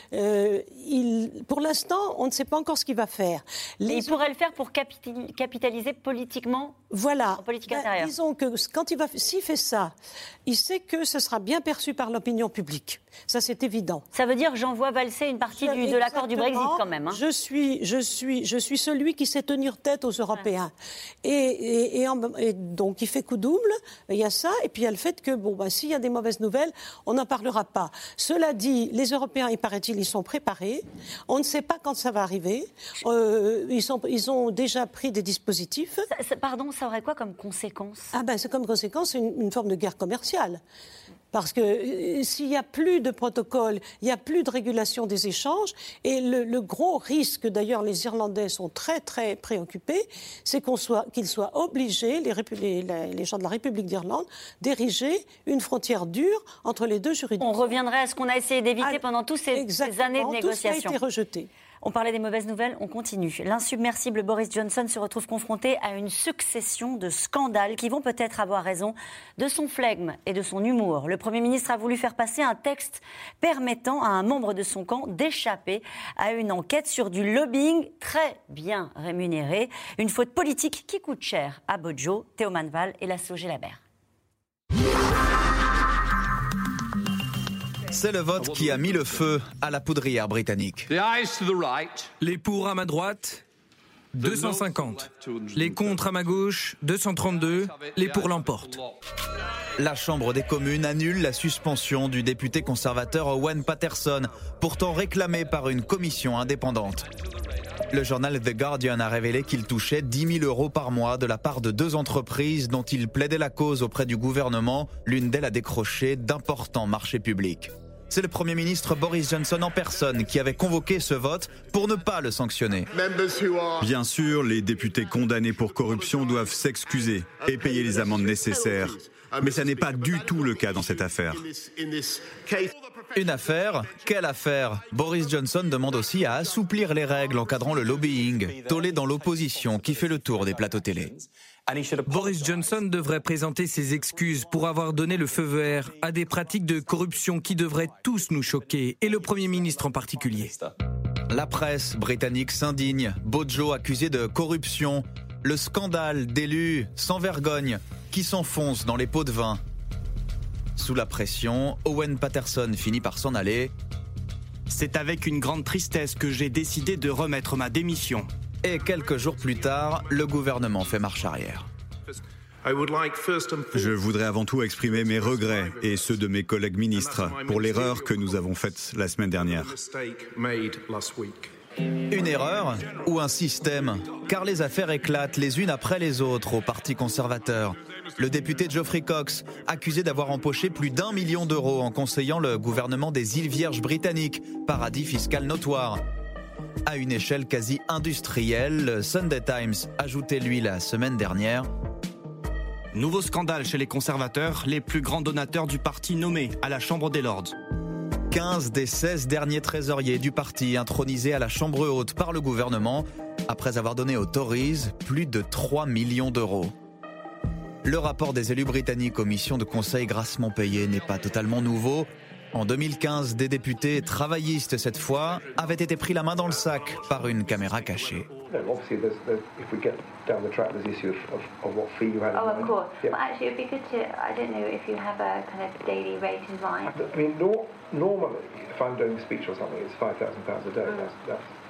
pour l'instant, on ne sait pas encore ce qu'il va faire. Il pourrait le faire pour capitaliser politiquement. Voilà. En politique intérieure. Disons que s'il fait ça, il sait que ce sera bien perçu par l'opinion publique. Ça, c'est évident. Ça veut dire j'envoie valser une partie de l'accord du Brexit quand même. Hein. Je suis celui qui sait tenir tête aux Européens. Et donc, il fait coup double. Il y a ça. Et puis, il y a le fait que, s'il y a des mauvaises nouvelles, on n'en parlera pas. Cela dit, les Européens, il paraît-il, ils sont préparés. On ne sait pas quand ça va arriver. Ils ont déjà pris des dispositifs. Pardon, ça aurait quoi comme conséquence ? C'est comme conséquence une forme de guerre commerciale. Parce que s'il n'y a plus de protocole, il n'y a plus de régulation des échanges. Et le gros risque, d'ailleurs, les Irlandais sont très, très préoccupés, c'est qu'ils soient obligés, les gens de la République d'Irlande, d'ériger une frontière dure entre les deux juridictions. On reviendrait à ce qu'on a essayé d'éviter pendant toutes ces années de négociations. Tout ça a été rejeté. On parlait des mauvaises nouvelles, on continue. L'insubmersible Boris Johnson se retrouve confronté à une succession de scandales qui vont peut-être avoir raison de son flegme et de son humour. Le Premier ministre a voulu faire passer un texte permettant à un membre de son camp d'échapper à une enquête sur du lobbying très bien rémunéré. Une faute politique qui coûte cher à Bojo, Théo Manval et Lasso Gélabert. C'est le vote qui a mis le feu à la poudrière britannique. Les pour à ma droite, 250. Les contre à ma gauche, 232. Les pour l'emportent. La Chambre des communes annule la suspension du député conservateur Owen Paterson, pourtant réclamé par une commission indépendante. Le journal The Guardian a révélé qu'il touchait 10 000 euros par mois de la part de 2 entreprises dont il plaidait la cause auprès du gouvernement. L'une d'elles a décroché d'importants marchés publics. C'est le Premier ministre Boris Johnson en personne qui avait convoqué ce vote pour ne pas le sanctionner. Bien sûr, les députés condamnés pour corruption doivent s'excuser et payer les amendes nécessaires. Mais ça n'est pas du tout le cas dans cette affaire. Une affaire ? Quelle affaire ? Boris Johnson demande aussi à assouplir les règles encadrant le lobbying, tollé dans l'opposition qui fait le tour des plateaux télé. Boris Johnson devrait présenter ses excuses pour avoir donné le feu vert à des pratiques de corruption qui devraient tous nous choquer, et le Premier ministre en particulier. La presse britannique s'indigne. Bojo accusé de corruption. Le scandale d'élus sans vergogne qui s'enfoncent dans les pots de vin. Sous la pression, Owen Paterson finit par s'en aller. C'est avec une grande tristesse que j'ai décidé de remettre ma démission. Et quelques jours plus tard, le gouvernement fait marche arrière. Je voudrais avant tout exprimer mes regrets et ceux de mes collègues ministres pour l'erreur que nous avons faite la semaine dernière. Une erreur ou un système ? Car les affaires éclatent les unes après les autres au Parti conservateur. Le député Geoffrey Cox, accusé d'avoir empoché plus d'1 million d'euros en conseillant le gouvernement des îles Vierges britanniques, paradis fiscal notoire. À une échelle quasi industrielle, le Sunday Times ajoutait lui la semaine dernière. Nouveau scandale chez les conservateurs, les plus grands donateurs du parti nommés à la Chambre des Lords. 15 des 16 derniers trésoriers du parti intronisés à la Chambre haute par le gouvernement, après avoir donné aux Tories plus de 3 millions d'euros. Le rapport des élus britanniques aux missions de conseil grassement payées n'est pas totalement nouveau. En 2015, des députés travaillistes cette fois avaient été pris la main dans le sac par une caméra cachée.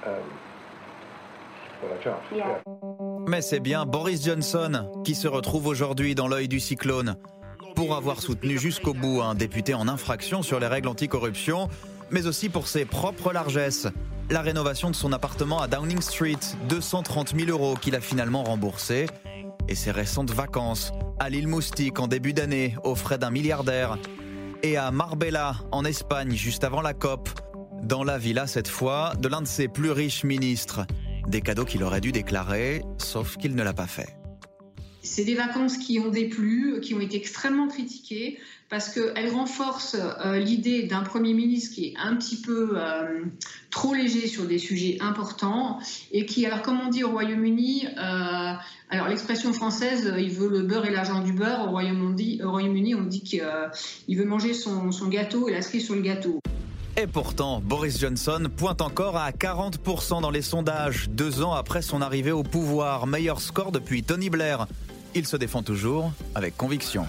Mais c'est bien Boris Johnson qui se retrouve aujourd'hui dans l'œil du cyclone pour avoir soutenu jusqu'au bout un député en infraction sur les règles anticorruption, mais aussi pour ses propres largesses. La rénovation de son appartement à Downing Street, 230 000 € qu'il a finalement remboursé, et ses récentes vacances à l'île Moustique en début d'année aux frais d'un milliardaire, et à Marbella en Espagne juste avant la COP, dans la villa cette fois de l'un de ses plus riches ministres. Des cadeaux qu'il aurait dû déclarer, sauf qu'il ne l'a pas fait. C'est des vacances qui ont déplu, qui ont été extrêmement critiquées, parce qu'elles renforcent l'idée d'un Premier ministre qui est un petit peu trop léger sur des sujets importants, et qui, alors comme on dit au Royaume-Uni, alors l'expression française, il veut le beurre et l'argent du beurre. Au Royaume-Uni, on dit qu'il veut manger son gâteau et la cerise sur le gâteau. Et pourtant, Boris Johnson pointe encore à 40% dans les sondages, 2 ans après son arrivée au pouvoir. Meilleur score depuis Tony Blair. Il se défend toujours avec conviction.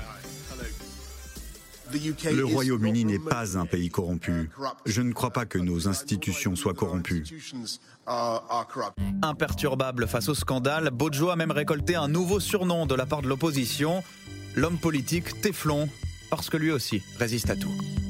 Le Royaume-Uni n'est pas un pays corrompu. Je ne crois pas que nos institutions soient corrompues. Imperturbable face au scandale, Bojo a même récolté un nouveau surnom de la part de l'opposition, l'homme politique Téflon, parce que lui aussi résiste à tout.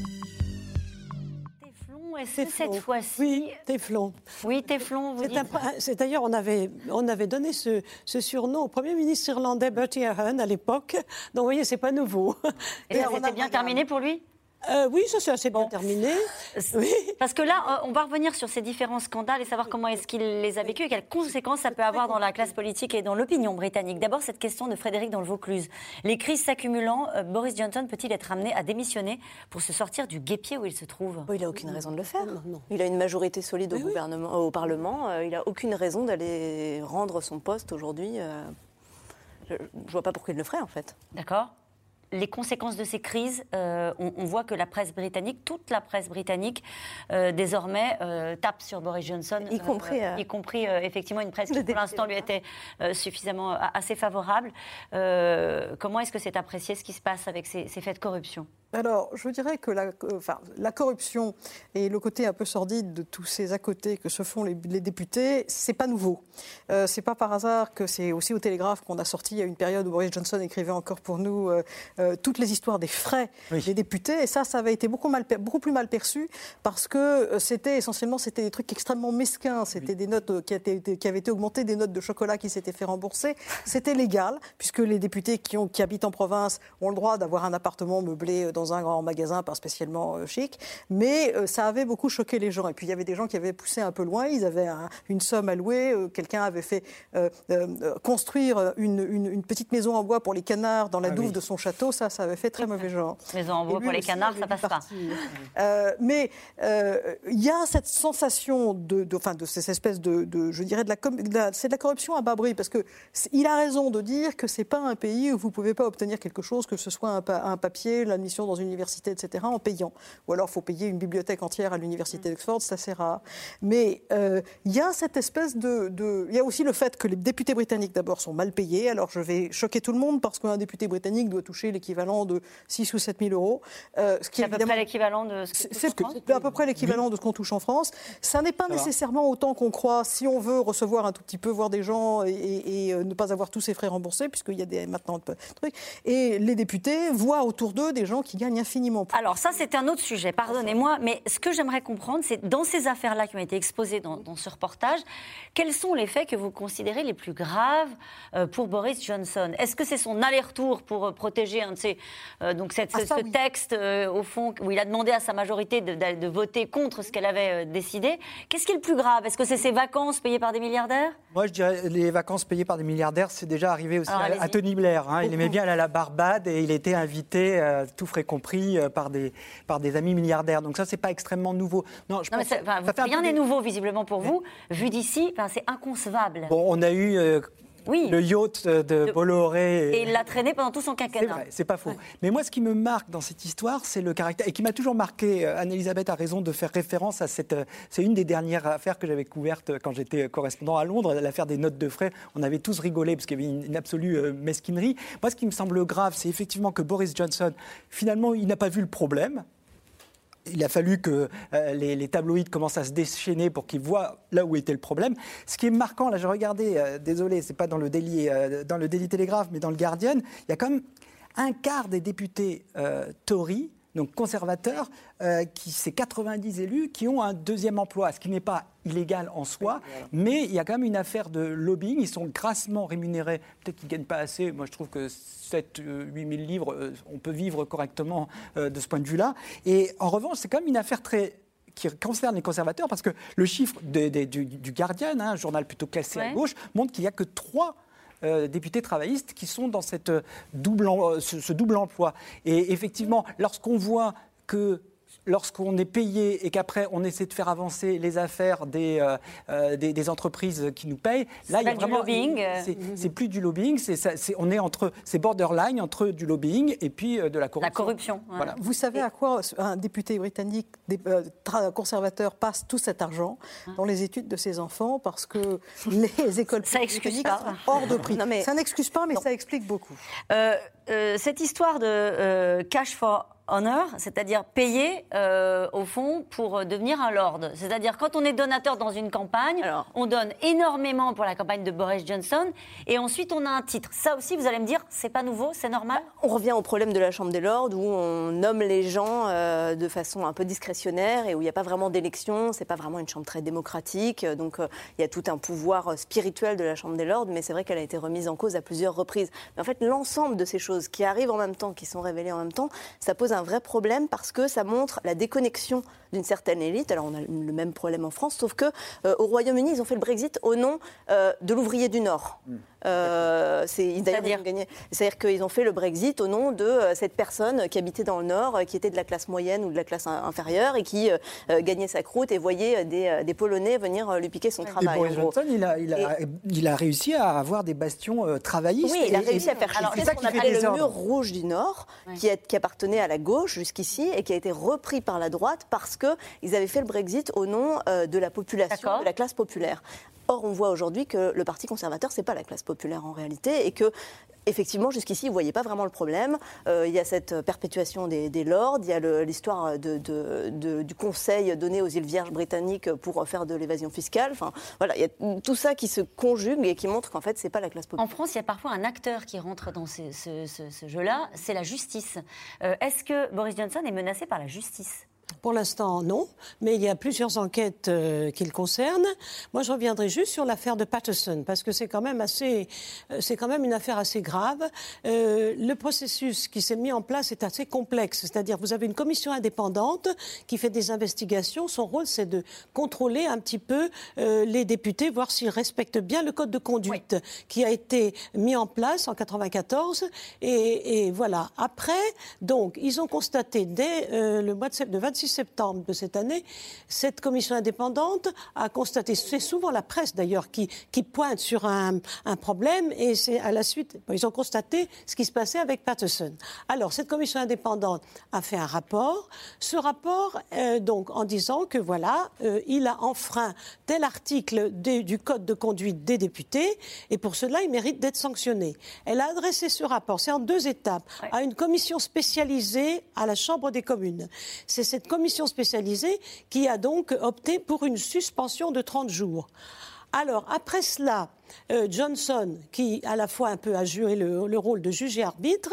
Est-ce que cette fois-ci... Oui, Téflon. Oui, Téflon, vous dites... C'est d'ailleurs, on avait donné ce surnom au Premier ministre irlandais Bertie Ahern à l'époque. Donc, vous voyez, c'est pas nouveau. Et ça s'était bien terminé pour lui ? Oui, ça s'est assez bien terminé. Oui. Parce que là, on va revenir sur ces différents scandales et savoir comment est-ce qu'il les a vécus et quelles conséquences ça peut avoir dans la classe politique et dans l'opinion britannique. D'abord, cette question de Frédéric dans le Vaucluse. Les crises s'accumulant, Boris Johnson peut-il être amené à démissionner pour se sortir du guêpier où il se trouve ? Il n'a aucune raison de le faire. Non. Il a une majorité solide au Parlement. Il n'a aucune raison d'aller rendre son poste aujourd'hui. Je ne vois pas pourquoi il le ferait, en fait. D'accord. Les conséquences de ces crises, on voit que la presse britannique, toute la presse britannique, désormais, tape sur Boris Johnson. Y compris effectivement, une presse qui, pour l'instant, lui était suffisamment assez favorable. Comment est-ce que c'est apprécié, ce qui se passe avec ces faits de corruption ? Alors, je dirais que la corruption et le côté un peu sordide de tous ces à côté que se font les députés, c'est pas nouveau. C'est pas par hasard que c'est aussi au Télégraphe qu'on a sorti à une période où Boris Johnson écrivait encore pour nous toutes les histoires des frais des députés. Et ça avait été beaucoup plus mal perçu parce que c'était des trucs extrêmement mesquins. C'était des notes qui avaient été augmentées, des notes de chocolat qui s'étaient fait rembourser. C'était légal puisque les députés qui habitent en province ont le droit d'avoir un appartement meublé dans un grand magasin, pas spécialement chic, mais ça avait beaucoup choqué les gens. Et puis il y avait des gens qui avaient poussé un peu loin, ils avaient une somme à louer, quelqu'un avait fait construire une petite maison en bois pour les canards dans la douve de son château, ça avait fait très mauvais genre. Maison en bois pour les canards, ça passe pas. Mais il y a cette sensation de cette espèce je dirais, c'est de la corruption à bas bruit, parce qu'il a raison de dire que c'est pas un pays où vous pouvez pas obtenir quelque chose, que ce soit un papier, l'admission dans une université, etc., en payant. Ou alors, il faut payer une bibliothèque entière à l'université d'Oxford, c'est assez rare. Mais il y a cette espèce il y a aussi le fait que les députés britanniques, d'abord, sont mal payés. Alors, je vais choquer tout le monde, parce qu'un député britannique doit toucher l'équivalent de 6 ou 7 000 euros. Ce qui est à peu près l'équivalent de ce qu'on touche en France. C'est à peu près l'équivalent de ce qu'on touche en France. Ça n'est pas nécessairement autant qu'on croit, si on veut recevoir un tout petit peu, voir des gens et ne pas avoir tous ses frais remboursés, puisqu'il y a maintenant de trucs. Et les députés voient autour d'eux des gens qui gagnent infiniment plus. Alors ça, c'est un autre sujet, pardonnez-moi, mais ce que j'aimerais comprendre, c'est dans ces affaires-là qui ont été exposées dans ce reportage, quels sont les faits que vous considérez les plus graves pour Boris Johnson ? Est-ce que c'est son aller-retour pour protéger un de ses... ce texte, au fond, où il a demandé à sa majorité de voter contre ce qu'elle avait décidé. Qu'est-ce qui est le plus grave ? Est-ce que c'est ses vacances payées par des milliardaires ? Moi, je dirais les vacances payées par des milliardaires, c'est déjà arrivé aussi à Tony Blair. Il aimait bien aller à la Barbade et il était invité, tout frais compris, par des amis milliardaires. Donc ça, c'est pas extrêmement nouveau. Rien n'est nouveau, visiblement, pour vous. Vu d'ici, c'est inconcevable. Bon, on a eu... le yacht de Bolloré. Et il l'a traîné pendant tout son quinquennat. C'est vrai, c'est pas faux. Ouais. Mais moi, ce qui me marque dans cette histoire, c'est le caractère, et qui m'a toujours marqué, Anne-Elisabeth a raison de faire référence à c'est une des dernières affaires que j'avais couvertes quand j'étais correspondant à Londres, l'affaire des notes de frais. On avait tous rigolé parce qu'il y avait une absolue mesquinerie. Moi, ce qui me semble grave, c'est effectivement que Boris Johnson, finalement, il n'a pas vu le problème. il a fallu que les tabloïds commencent à se déchaîner pour qu'ils voient là où était le problème. Ce qui est marquant, là, je regardais, désolé, c'est pas dans le Daily Telegraph, mais dans le Guardian, il y a quand même un quart des députés Tory, donc conservateurs, c'est 90 élus qui ont un deuxième emploi, ce qui n'est pas illégal en soi, mais il y a quand même une affaire de lobbying. Ils sont grassement rémunérés. Peut-être qu'ils ne gagnent pas assez. Moi, je trouve que 7 000 8 000 livres, on peut vivre correctement de ce point de vue-là. Et en revanche, c'est quand même une affaire qui concerne les conservateurs, parce que le chiffre du Guardian, un journal plutôt classé à gauche, montre qu'il n'y a que 3 députés travaillistes qui sont dans ce double emploi. Et effectivement, lorsqu'on voit que lorsqu'on est payé et qu'après on essaie de faire avancer les affaires des entreprises qui nous payent, là il y a vraiment lobbying. C'est plus du lobbying, on est c'est borderline entre du lobbying et puis de la corruption. La corruption. Ouais. Voilà. Vous savez à quoi un député britannique conservateur passe tout cet argent dans les études de ses enfants, parce que les écoles publiques sont hors de prix. Ça n'excuse pas, mais ça explique beaucoup. Cette histoire de cash for honor, c'est-à-dire payer au fond pour devenir un lord. C'est-à-dire quand on est donateur dans une campagne, on donne énormément pour la campagne de Boris Johnson et ensuite on a un titre. Ça aussi, vous allez me dire, c'est pas nouveau, c'est normal ? On revient au problème de la Chambre des Lords où on nomme les gens de façon un peu discrétionnaire et où il n'y a pas vraiment d'élection, c'est pas vraiment une chambre très démocratique, donc il y a tout un pouvoir spirituel de la Chambre des Lords, mais c'est vrai qu'elle a été remise en cause à plusieurs reprises. Mais en fait, l'ensemble de ces choses qui arrivent en même temps, qui sont révélées en même temps, ça pose un vrai problème parce que ça montre la déconnexion d'une certaine élite. Alors on a le même problème en France, sauf que au Royaume-Uni, ils ont fait le Brexit au nom de l'ouvrier du Nord. C'est-à-dire qu'ils ont fait le Brexit au nom de cette personne qui habitait dans le Nord, qui était de la classe moyenne ou de la classe inférieure et qui gagnait sa croûte et voyait des Polonais venir lui piquer son travail. Et Boris Johnson, il a réussi à avoir des bastions travaillistes. Oui, il a réussi à faire chiffrer ce qu'on appelait le mur rouge du Nord, qui appartenait à la gauche jusqu'ici et qui a été repris par la droite parce qu'ils avaient fait le Brexit au nom de la population, de la classe populaire. Or, on voit aujourd'hui que le Parti conservateur, ce n'est pas la classe populaire en réalité, et que, effectivement, jusqu'ici, ils ne voyaient pas vraiment le problème. Il y a cette perpétuation des lords, il y a l'histoire du conseil donné aux îles Vierges britanniques pour faire de l'évasion fiscale. Enfin, voilà, il y a tout ça qui se conjugue et qui montre qu'en fait, ce n'est pas la classe populaire. En France, il y a parfois un acteur qui rentre dans ce jeu-là, c'est la justice. Est-ce que Boris Johnson est menacé par la justice ? Pour l'instant, non, mais il y a plusieurs enquêtes qui le concernent. Moi, je reviendrai juste sur l'affaire de Patterson, parce que c'est quand même une affaire assez grave. Le processus qui s'est mis en place est assez complexe, c'est-à-dire vous avez une commission indépendante qui fait des investigations. Son rôle, c'est de contrôler un petit peu les députés, voir s'ils respectent bien le code de conduite qui a été mis en place en 1994. Et voilà. Après, donc, ils ont constaté dès le mois de 26 septembre de cette année, cette commission indépendante a constaté, c'est souvent la presse d'ailleurs qui pointe sur un problème, et c'est à la suite, ils ont constaté ce qui se passait avec Patterson. Alors, cette commission indépendante a fait un rapport, ce rapport donc en disant que voilà, il a enfreint tel article du code de conduite des députés, et pour cela, il mérite d'être sanctionné. Elle a adressé ce rapport, c'est en 2 étapes, à une commission spécialisée à la Chambre des communes. C'est cette commission spécialisée qui a donc opté pour une suspension de 30 jours. Alors, après cela, Johnson, qui à la fois un peu a joué le rôle de juge et arbitre,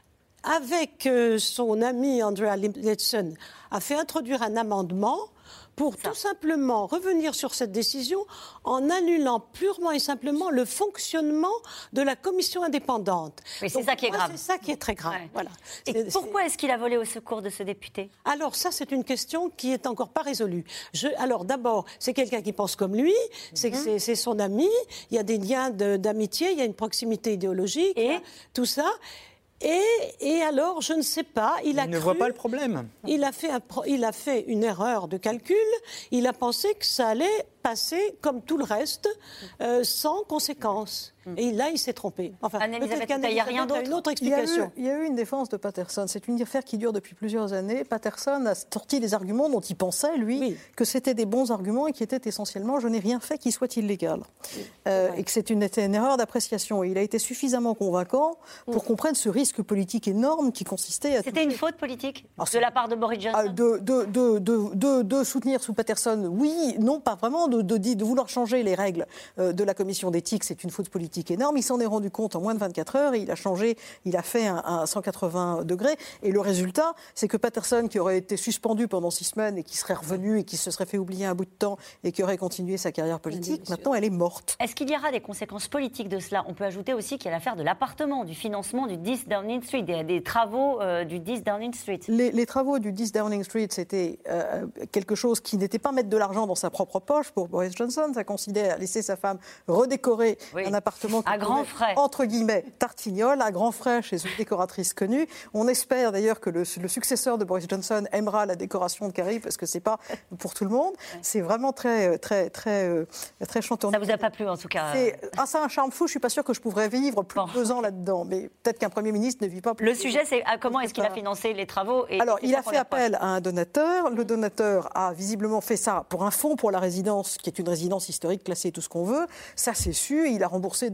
avec son ami Andrea Leadsom, a fait introduire un amendement pour tout simplement revenir sur cette décision en annulant purement et simplement le fonctionnement de la commission indépendante. Oui, c'est ça qui est grave. C'est ça qui est très grave. Ouais. Voilà. Et pourquoi est-ce qu'il a volé au secours de ce député ? Alors ça, c'est une question qui n'est encore pas résolue. Alors d'abord, c'est quelqu'un qui pense comme lui, c'est son ami, il y a des liens d'amitié, il y a une proximité idéologique, tout ça. Et alors, je ne sais pas, il ne voit pas le problème. Il a fait une erreur de calcul, il a pensé que ça allait passer comme tout le reste, sans conséquence. Et là, il s'est trompé. Enfin, peut-être qu'il n'y a rien d'autre. Une autre explication. Il y a eu une défense de Patterson. C'est une affaire qui dure depuis plusieurs années. Patterson a sorti des arguments dont il pensait, lui, que c'était des bons arguments et qui étaient essentiellement « je n'ai rien fait qui soit illégal ». Et que c'était une erreur d'appréciation. Et il a été suffisamment convaincant pour qu'on prenne ce risque politique énorme qui consistait à... C'était une faute politique de la part de Boris Johnson de soutenir sous Patterson, oui, non, pas vraiment, de vouloir changer les règles de la commission d'éthique, c'est une faute politique énorme. Il s'en est rendu compte en moins de 24 heures et il a changé, il a fait un 180 degrés. Et le résultat, c'est que Patterson, qui aurait été suspendu pendant 6 semaines et qui serait revenu et qui se serait fait oublier un bout de temps et qui aurait continué sa carrière politique, maintenant elle est morte. Est-ce qu'il y aura des conséquences politiques de cela ? On peut ajouter aussi qu'il y a l'affaire de l'appartement, du financement du 10 Downing Street, des travaux du 10 Downing Street. Les travaux du 10 Downing Street, c'était quelque chose qui n'était pas mettre de l'argent dans sa propre poche pour Boris Johnson. Ça consistait à laisser sa femme redécorer un appartement à grands frais, entre guillemets, tartignole, à grands frais chez une décoratrice connue. On espère d'ailleurs que le successeur de Boris Johnson aimera la décoration de Carrie parce que c'est pas pour tout le monde. C'est vraiment très chantant. Ça vous a pas plu en tout cas C'est un charme fou. Je suis pas sûre que je pourrais vivre plus de 2 ans là-dedans. Mais peut-être qu'un Premier ministre ne vit pas plus. Le sujet, c'est comment est-ce qu'il a financé les travaux Alors, il a fait appel à un donateur. Le donateur a visiblement fait ça pour un fonds pour la résidence, qui est une résidence historique classée, tout ce qu'on veut. Ça, c'est su. Il a remboursé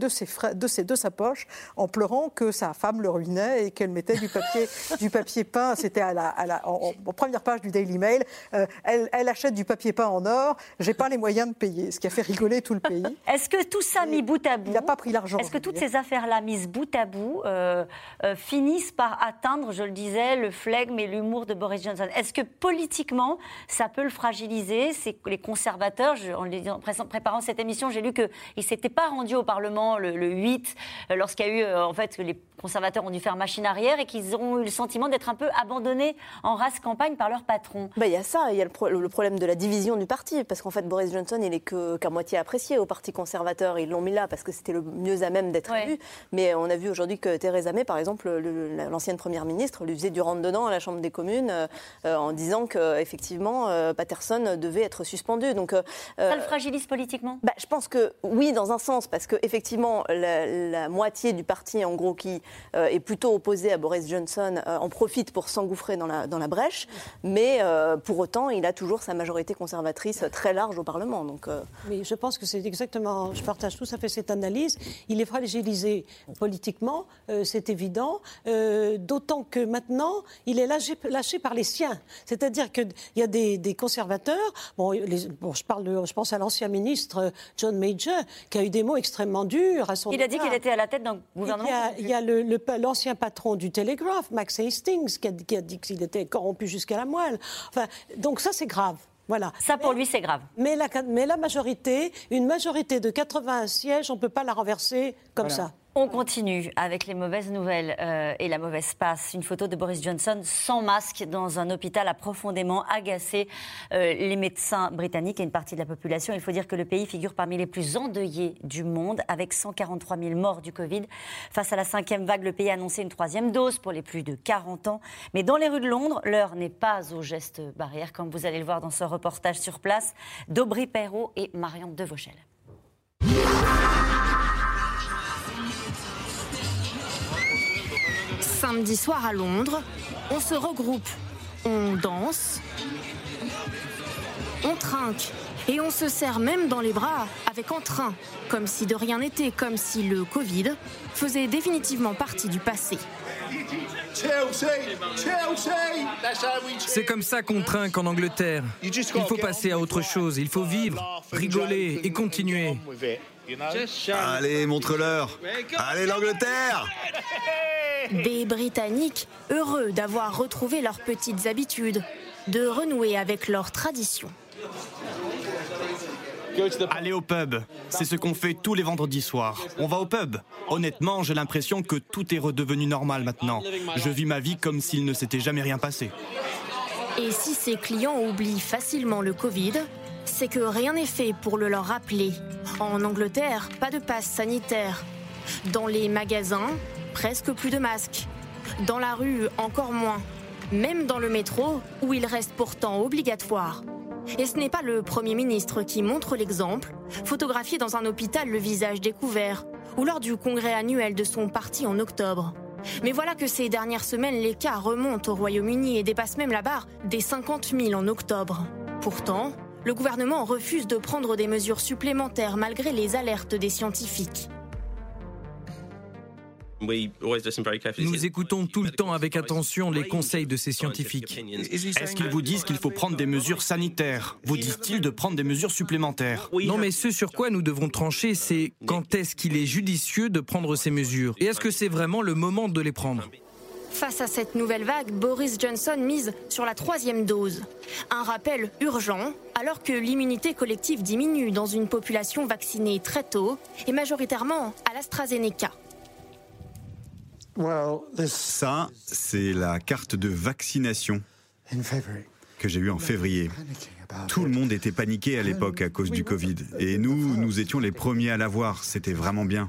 de sa poche en pleurant que sa femme le ruinait et qu'elle mettait du papier peint. C'était en première page du Daily Mail. Elle achète du papier peint en or. J'ai pas les moyens de payer, ce qui a fait rigoler tout le pays. Est-ce que tout ça mis bout à bout, il n'a pas pris l'argent. Est-ce que toutes ces affaires-là mises bout à bout finissent par atteindre, je le disais, le flegme et l'humour de Boris Johnson ? Est-ce que politiquement, ça peut le fragiliser ? C'est les conservateurs, en préparant cette émission, j'ai lu qu'ils ne s'étaient pas rendus au Parlement le 8, lorsqu'il y a eu, en fait, les conservateurs ont dû faire machine arrière et qu'ils ont eu le sentiment d'être un peu abandonnés en race campagne par leur patron. Il y a ça, il y a le problème de la division du parti, parce qu'en fait, Boris Johnson, il n'est qu'à moitié apprécié au Parti conservateur. Ils l'ont mis là parce que c'était le mieux à même d'être élu. Mais on a vu aujourd'hui que Theresa May, par exemple, l'ancienne première ministre, lui faisait du rentre-dedans à la Chambre des communes en disant qu'effectivement, Patterson devait être suspendu. Donc, ça le fragilise politiquement ? Je pense que oui, dans un sens, parce qu'effectivement, la moitié du parti, en gros, qui est plutôt opposé à Boris Johnson, en profite pour s'engouffrer dans la brèche. Mais pour autant, il a toujours sa majorité conservatrice très large au Parlement. Donc, Mais je pense que c'est exactement, je partage tout à fait cette analyse. Il est fragilisé politiquement, c'est évident, d'autant que maintenant, il est lâché par les siens. C'est-à-dire qu'il y a des conservateurs, je pense à l'ancien ministre John Major, qui a eu des mots extrêmement durs à son Il a dit qu'il était à la tête d'un gouvernement. Il y a l'ancien patron du Telegraph, Max Hastings, qui a dit qu'il était corrompu jusqu'à la moelle. Enfin, donc ça, c'est grave. Voilà. Ça, pour lui, c'est grave. Mais la majorité, une majorité de 81 sièges, on ne peut pas la renverser comme ça. On continue avec les mauvaises nouvelles et la mauvaise passe. Une photo de Boris Johnson sans masque dans un hôpital a profondément agacé les médecins britanniques et une partie de la population. Il faut dire que le pays figure parmi les plus endeuillés du monde, avec 143 000 morts du Covid. Face à la 5e vague, le pays a annoncé une 3e dose pour les plus de 40 ans. Mais dans les rues de Londres, l'heure n'est pas aux gestes barrières, comme vous allez le voir dans ce reportage sur place d'Aubry Perrault et Marianne Devauchel. Samedi soir à Londres, on se regroupe, on danse, on trinque et on se serre même dans les bras avec entrain, comme si de rien n'était, comme si le Covid faisait définitivement partie du passé. C'est comme ça qu'on trinque en Angleterre. Il faut passer à autre chose, il faut vivre, rigoler et continuer. Allez, montre-leur. Allez, l'Angleterre! Des Britanniques heureux d'avoir retrouvé leurs petites habitudes, de renouer avec leurs traditions. Aller au pub, c'est ce qu'on fait tous les vendredis soirs. On va au pub. Honnêtement, j'ai l'impression que tout est redevenu normal maintenant. Je vis ma vie comme s'il ne s'était jamais rien passé. Et si ces clients oublient facilement le Covid, c'est que rien n'est fait pour le leur rappeler. En Angleterre, pas de passe sanitaire. Dans les magasins, presque plus de masques. Dans la rue, encore moins. Même dans le métro, où il reste pourtant obligatoire. Et ce n'est pas le Premier ministre qui montre l'exemple, photographié dans un hôpital le visage découvert, ou lors du congrès annuel de son parti en octobre. Mais voilà que ces dernières semaines, les cas remontent au Royaume-Uni et dépassent même la barre des 50 000 en octobre. Pourtant, le gouvernement refuse de prendre des mesures supplémentaires malgré les alertes des scientifiques. Nous écoutons tout le temps avec attention les conseils de ces scientifiques. Est-ce qu'ils vous disent qu'il faut prendre des mesures sanitaires? Vous disent-ils de prendre des mesures supplémentaires? Non, mais ce sur quoi nous devons trancher, c'est quand est-ce qu'il est judicieux de prendre ces mesures? Et est-ce que c'est vraiment le moment de les prendre? Face à cette nouvelle vague, Boris Johnson mise sur la 3e dose. Un rappel urgent, alors que l'immunité collective diminue dans une population vaccinée très tôt et majoritairement à l'AstraZeneca. Ça, c'est la carte de vaccination que j'ai eue en février. Tout le monde était paniqué à l'époque à cause du Covid. Et nous étions les premiers à l'avoir. C'était vraiment bien.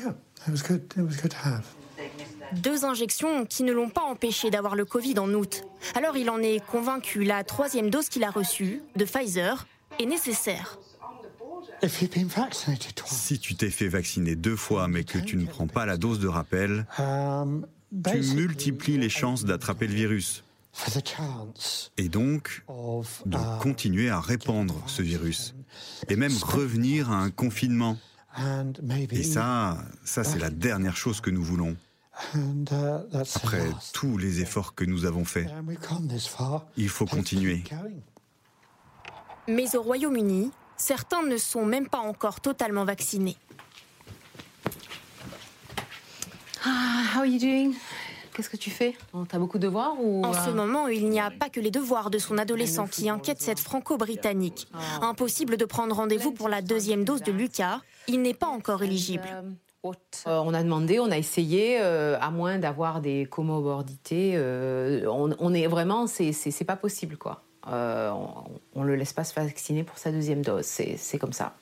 2 injections qui ne l'ont pas empêché d'avoir le Covid en août. Alors il en est convaincu, la 3e dose qu'il a reçue, de Pfizer, est nécessaire. Si tu t'es fait vacciner 2 fois mais que tu ne prends pas la dose de rappel, tu multiplies les chances d'attraper le virus. Et donc, de continuer à répandre ce virus. Et même revenir à un confinement. Et ça c'est la dernière chose que nous voulons. Après tous les efforts que nous avons faits, il faut continuer. Mais au Royaume-Uni, certains ne sont même pas encore totalement vaccinés. How are you doing? Qu'est-ce que tu fais? T'as beaucoup de devoirs ou... En ce moment, il n'y a pas que les devoirs de son adolescent qui inquiètent cette franco-britannique. Impossible de prendre rendez-vous pour la 2e dose de Lucas. Il n'est pas encore éligible. On a demandé, on a essayé, à moins d'avoir des comorbidités. On est vraiment, c'est pas possible, quoi. On le laisse pas se vacciner pour sa 2e dose. C'est comme ça.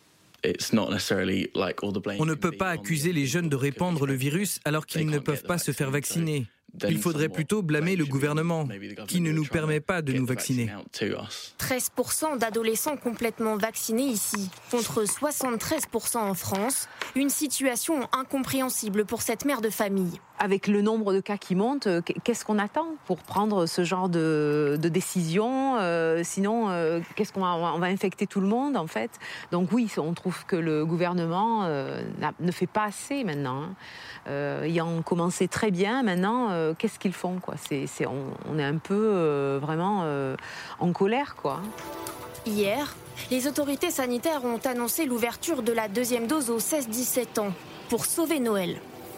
On ne peut pas accuser les jeunes de répandre le virus alors qu'ils ne peuvent pas se faire vacciner. Il faudrait plutôt blâmer le gouvernement, qui ne nous permet pas de nous vacciner. 13% d'adolescents complètement vaccinés ici, contre 73% en France. Une situation incompréhensible pour cette mère de famille. Avec le nombre de cas qui monte, qu'est-ce qu'on attend pour prendre ce genre de décision? Sinon, qu'est-ce qu'on on va infecter tout le monde, en fait? Donc oui, on trouve que le gouvernement ne fait pas assez maintenant. Ayant commencé très bien, maintenant, qu'est-ce qu'ils font, quoi? On est un peu vraiment en colère, quoi. Hier, les autorités sanitaires ont annoncé l'ouverture de la 2e dose aux 16-17 ans pour sauver Noël.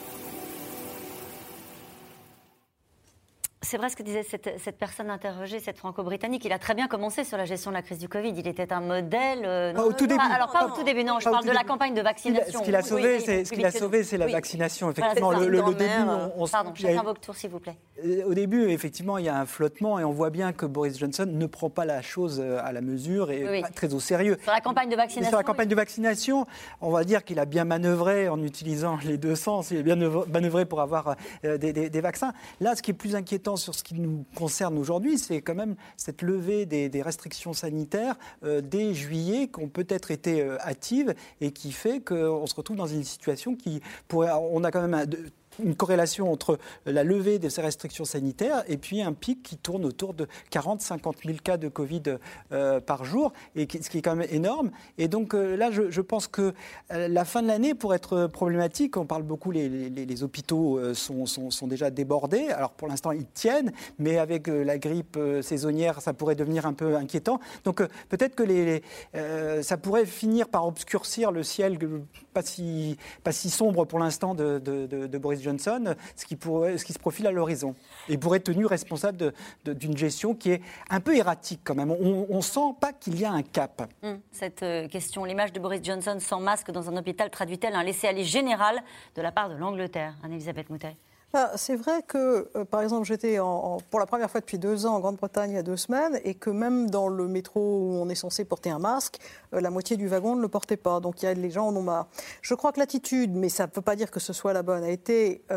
C'est vrai ce que disait cette personne interrogée, cette franco-britannique. Il a très bien commencé sur la gestion de la crise du Covid. Il était un modèle. Au tout début. Alors pas au tout début, non. Je parle de la campagne de vaccination. Ce qu'il a sauvé, c'est la vaccination. Effectivement, le début. Pardon, chacun votre tour, s'il vous plaît. Au début, effectivement, il y a un flottement et on voit bien que Boris Johnson ne prend pas la chose à la mesure et pas très au sérieux. Sur la campagne de vaccination. Sur la campagne de vaccination, on va dire qu'il a bien manœuvré en utilisant les 2 sens. Il a bien manœuvré pour avoir des vaccins. Là, ce qui est plus inquiétant sur ce qui nous concerne aujourd'hui, c'est quand même cette levée des restrictions sanitaires dès juillet qui ont peut-être été hâtives et qui fait qu'on se retrouve dans une situation qui pourrait... On a quand même une corrélation entre la levée de ces restrictions sanitaires et puis un pic qui tourne autour de 40-50 000 cas de Covid par jour, ce qui est quand même énorme. Et donc là, je pense que la fin de l'année pourrait être problématique. On parle beaucoup, les hôpitaux sont déjà débordés. Alors pour l'instant, ils tiennent, mais avec la grippe saisonnière, ça pourrait devenir un peu inquiétant. Donc peut-être que ça pourrait finir par obscurcir le ciel pas si sombre pour l'instant de Boris Johnson, ce qui se profile à l'horizon. Et pourrait être tenu responsable d'une gestion qui est un peu erratique quand même. On ne sent pas qu'il y a un cap. Cette question, l'image de Boris Johnson sans masque dans un hôpital traduit-elle un laisser-aller général de la part de l'Angleterre? Anne-Elisabeth Moutet. C'est vrai que, par exemple, j'étais pour la première fois depuis 2 ans en Grande-Bretagne il y a 2 semaines et que même dans le métro où on est censé porter un masque, la moitié du wagon ne le portait pas. Donc les gens en ont marre. Je crois que l'attitude, mais ça ne veut pas dire que ce soit la bonne, a été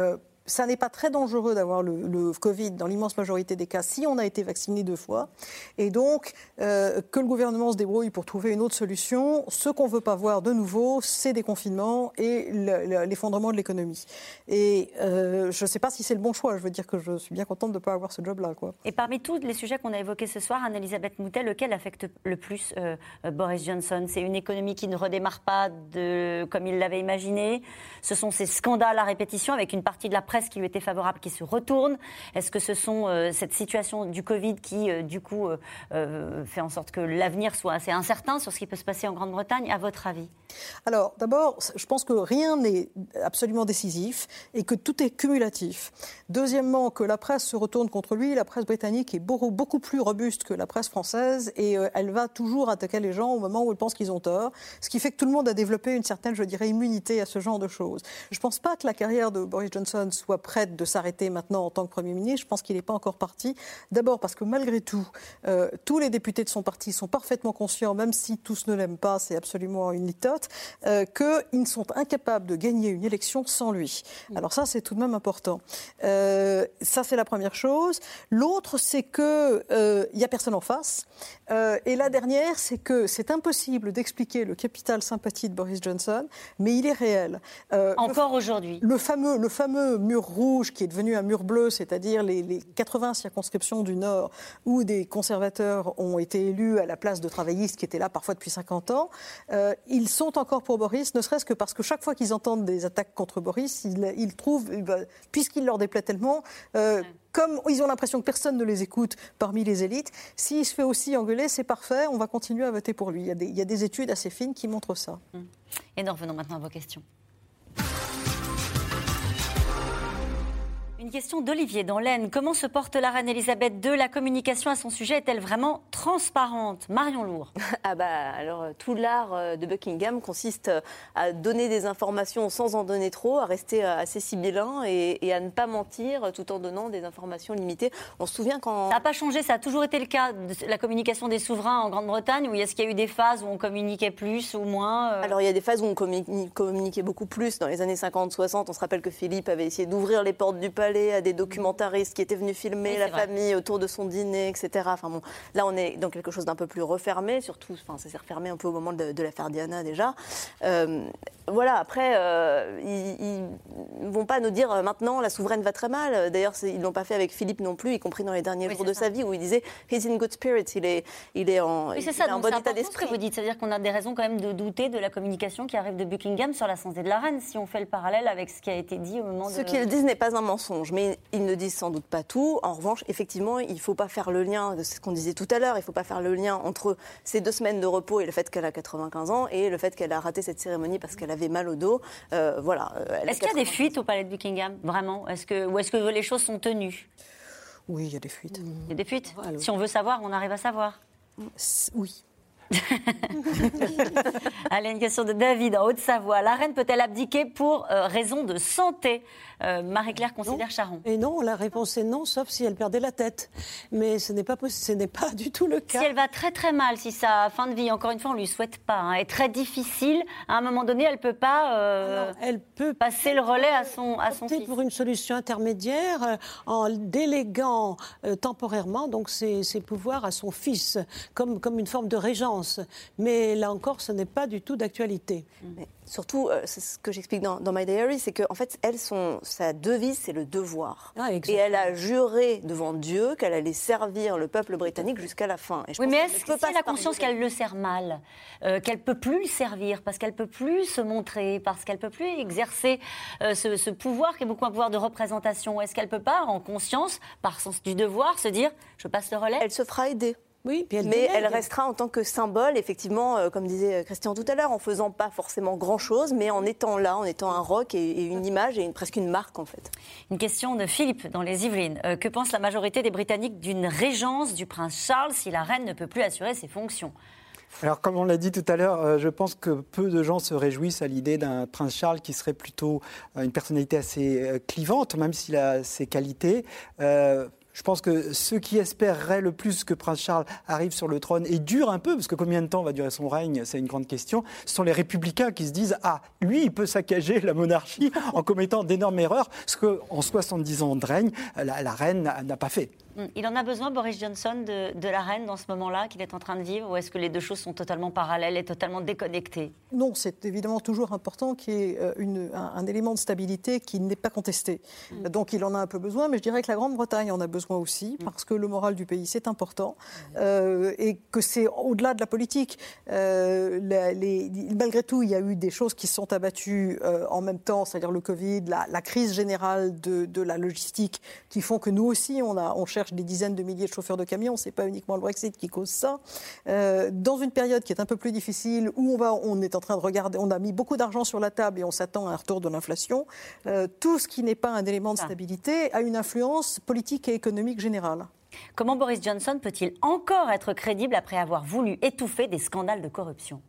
ça n'est pas très dangereux d'avoir le Covid dans l'immense majorité des cas si on a été vacciné 2 fois. Et donc, que le gouvernement se débrouille pour trouver une autre solution. Ce qu'on ne veut pas voir de nouveau, c'est des confinements et l'effondrement de l'économie. Et je ne sais pas si c'est le bon choix. Je veux dire que je suis bien contente de ne pas avoir ce job-là, quoi. Et parmi tous les sujets qu'on a évoqués ce soir, Anne-Elisabeth Moutet, lequel affecte le plus Boris Johnson? C'est une économie qui ne redémarre pas comme il l'avait imaginé. Ce sont ces scandales à répétition avec une partie de la presse qui lui était favorable qui se retourne. Est-ce que ce sont cette situation du Covid qui, du coup, fait en sorte que l'avenir soit assez incertain sur ce qui peut se passer en Grande-Bretagne, à votre avis? Alors, d'abord, je pense que rien n'est absolument décisif et que tout est cumulatif. Deuxièmement, que la presse se retourne contre lui. La presse britannique est beaucoup plus robuste que la presse française et elle va toujours attaquer les gens au moment où elle pense qu'ils ont tort. Ce qui fait que tout le monde a développé une certaine, je dirais, immunité à ce genre de choses. Je ne pense pas que la carrière de Boris Johnson soit prête de s'arrêter maintenant en tant que Premier ministre. Je pense qu'il n'est pas encore parti. D'abord parce que malgré tout, tous les députés de son parti sont parfaitement conscients, même si tous ne l'aiment pas, c'est absolument une litote, qu'ils sont incapables de gagner une élection sans lui. Alors ça, c'est tout de même important. Ça, c'est la première chose. L'autre, c'est qu'il n'y a personne en face. Et la dernière, c'est que c'est impossible d'expliquer le capital sympathie de Boris Johnson, mais il est réel. Encore aujourd'hui. Le fameux mur rouge qui est devenu un mur bleu, c'est-à-dire les 80 circonscriptions du Nord où des conservateurs ont été élus à la place de travaillistes qui étaient là parfois depuis 50 ans, ils sont encore pour Boris, ne serait-ce que parce que chaque fois qu'ils entendent des attaques contre Boris, ils trouvent, puisqu'il leur déplaît tellement, comme ils ont l'impression que personne ne les écoute parmi les élites, s'il se fait aussi engueuler, c'est parfait, on va continuer à voter pour lui. Il y a des études assez fines qui montrent ça. Et nous revenons maintenant à vos questions. Une question d'Olivier dans l'Aisne. Comment se porte la reine Elisabeth II? La communication à son sujet est-elle vraiment transparente? Marion Lourd. Alors, tout l'art de Buckingham consiste à donner des informations sans en donner trop, à rester assez sibyllin et à ne pas mentir tout en donnant des informations limitées. On se souvient quand... Ça n'a pas changé, ça a toujours été le cas de la communication des souverains en Grande-Bretagne, ou est-ce qu'il y a eu des phases où on communiquait plus ou moins Alors, il y a des phases où on communiquait beaucoup plus. Dans les années 50-60, on se rappelle que Philippe avait essayé d'ouvrir les portes du palais à des documentaristes qui étaient venus filmer la famille autour de son dîner, etc. Enfin bon, là, on est dans quelque chose d'un peu plus refermé, surtout, ça s'est refermé un peu au moment de l'affaire Diana déjà. Voilà, après, ils ne vont pas nous dire maintenant la souveraine va très mal. D'ailleurs, ils ne l'ont pas fait avec Philippe non plus, y compris dans les derniers jours de sa vie, où il disait « he's in good spirit », il est en bon état d'esprit. Ce que vous dites, c'est-à-dire qu'on a des raisons quand même de douter de la communication qui arrive de Buckingham sur la santé de la reine, si on fait le parallèle avec ce qui a été dit au moment Ce qu'ils disent n'est pas un mensonge, mais ils ne disent sans doute pas tout. En revanche, effectivement, il ne faut pas faire le lien, c'est ce qu'on disait tout à l'heure, il ne faut pas faire le lien entre ces 2 semaines de repos et le fait qu'elle a 95 ans et le fait qu'elle a raté cette cérémonie parce qu'elle avait mal au dos. Voilà. Est-ce qu'il y a des fuites au palais de Buckingham, vraiment? Ou est-ce que les choses sont tenues? Oui, il y a des fuites. Il y a des fuites. Si on veut savoir, on arrive à savoir. Oui. Allez, une question de David en Haute-Savoie. La reine peut-elle abdiquer pour raison de santé? Marie-Claire Considère-Charon. Et non, la réponse est non, sauf si elle perdait la tête. Mais ce n'est pas du tout le cas. Si elle va très très mal, si sa fin de vie, encore une fois, on ne lui souhaite pas, est très difficile, à un moment donné, elle ne peut pas elle peut passer le relais à son fils. Pour une solution intermédiaire, en déléguant temporairement donc, ses pouvoirs à son fils, comme une forme de régence. Mais là encore, ce n'est pas du tout d'actualité. Mais surtout, c'est ce que j'explique dans My Diary, c'est qu'en fait, sa devise, c'est le devoir. Et elle a juré devant Dieu qu'elle allait servir le peuple britannique jusqu'à la fin. Et mais est-ce qu'elle a conscience qu'elle le sert mal, qu'elle ne peut plus le servir, parce qu'elle ne peut plus se montrer, parce qu'elle ne peut plus exercer ce pouvoir qui est beaucoup un pouvoir de représentation? Est-ce qu'elle ne peut pas, en conscience, par sens du devoir, se dire « je passe le relais » Elle se fera aider. Oui, mais elle restera en tant que symbole, effectivement, comme disait Christian tout à l'heure, en faisant pas forcément grand-chose, mais en étant là, en étant un roc et une image et presque une marque, en fait. Une question de Philippe, dans les Yvelines. Que pense la majorité des Britanniques d'une régence du prince Charles si la reine ne peut plus assurer ses fonctions? Alors, comme on l'a dit tout à l'heure, je pense que peu de gens se réjouissent à l'idée d'un prince Charles qui serait plutôt une personnalité assez clivante, même s'il a ses qualités. Je pense que ceux qui espéreraient le plus que Prince Charles arrive sur le trône et dure un peu, parce que combien de temps va durer son règne, c'est une grande question, ce sont les républicains qui se disent « Ah, lui, il peut saccager la monarchie en commettant d'énormes erreurs », ce qu'en 70 ans de règne, la reine n'a pas fait. Il en a besoin, Boris Johnson, de la reine dans ce moment-là qu'il est en train de vivre, ou est-ce que les deux choses sont totalement parallèles et totalement déconnectées? Non, c'est évidemment toujours important qu'il y ait un élément de stabilité qui n'est pas contesté. Donc il en a un peu besoin, mais je dirais que la Grande-Bretagne en a besoin aussi, parce que le moral du pays, c'est important, et que c'est au-delà de la politique. Malgré tout, il y a eu des choses qui se sont abattues en même temps, c'est-à-dire le Covid, la crise générale de la logistique, qui font que nous aussi, on cherche des dizaines de milliers de chauffeurs de camions. C'est pas uniquement le Brexit qui cause ça. Dans une période qui est un peu plus difficile, où on est en train de regarder, on a mis beaucoup d'argent sur la table et on s'attend à un retour de l'inflation. Tout ce qui n'est pas un élément de stabilité a une influence politique et économique générale. Comment Boris Johnson peut-il encore être crédible après avoir voulu étouffer des scandales de corruption?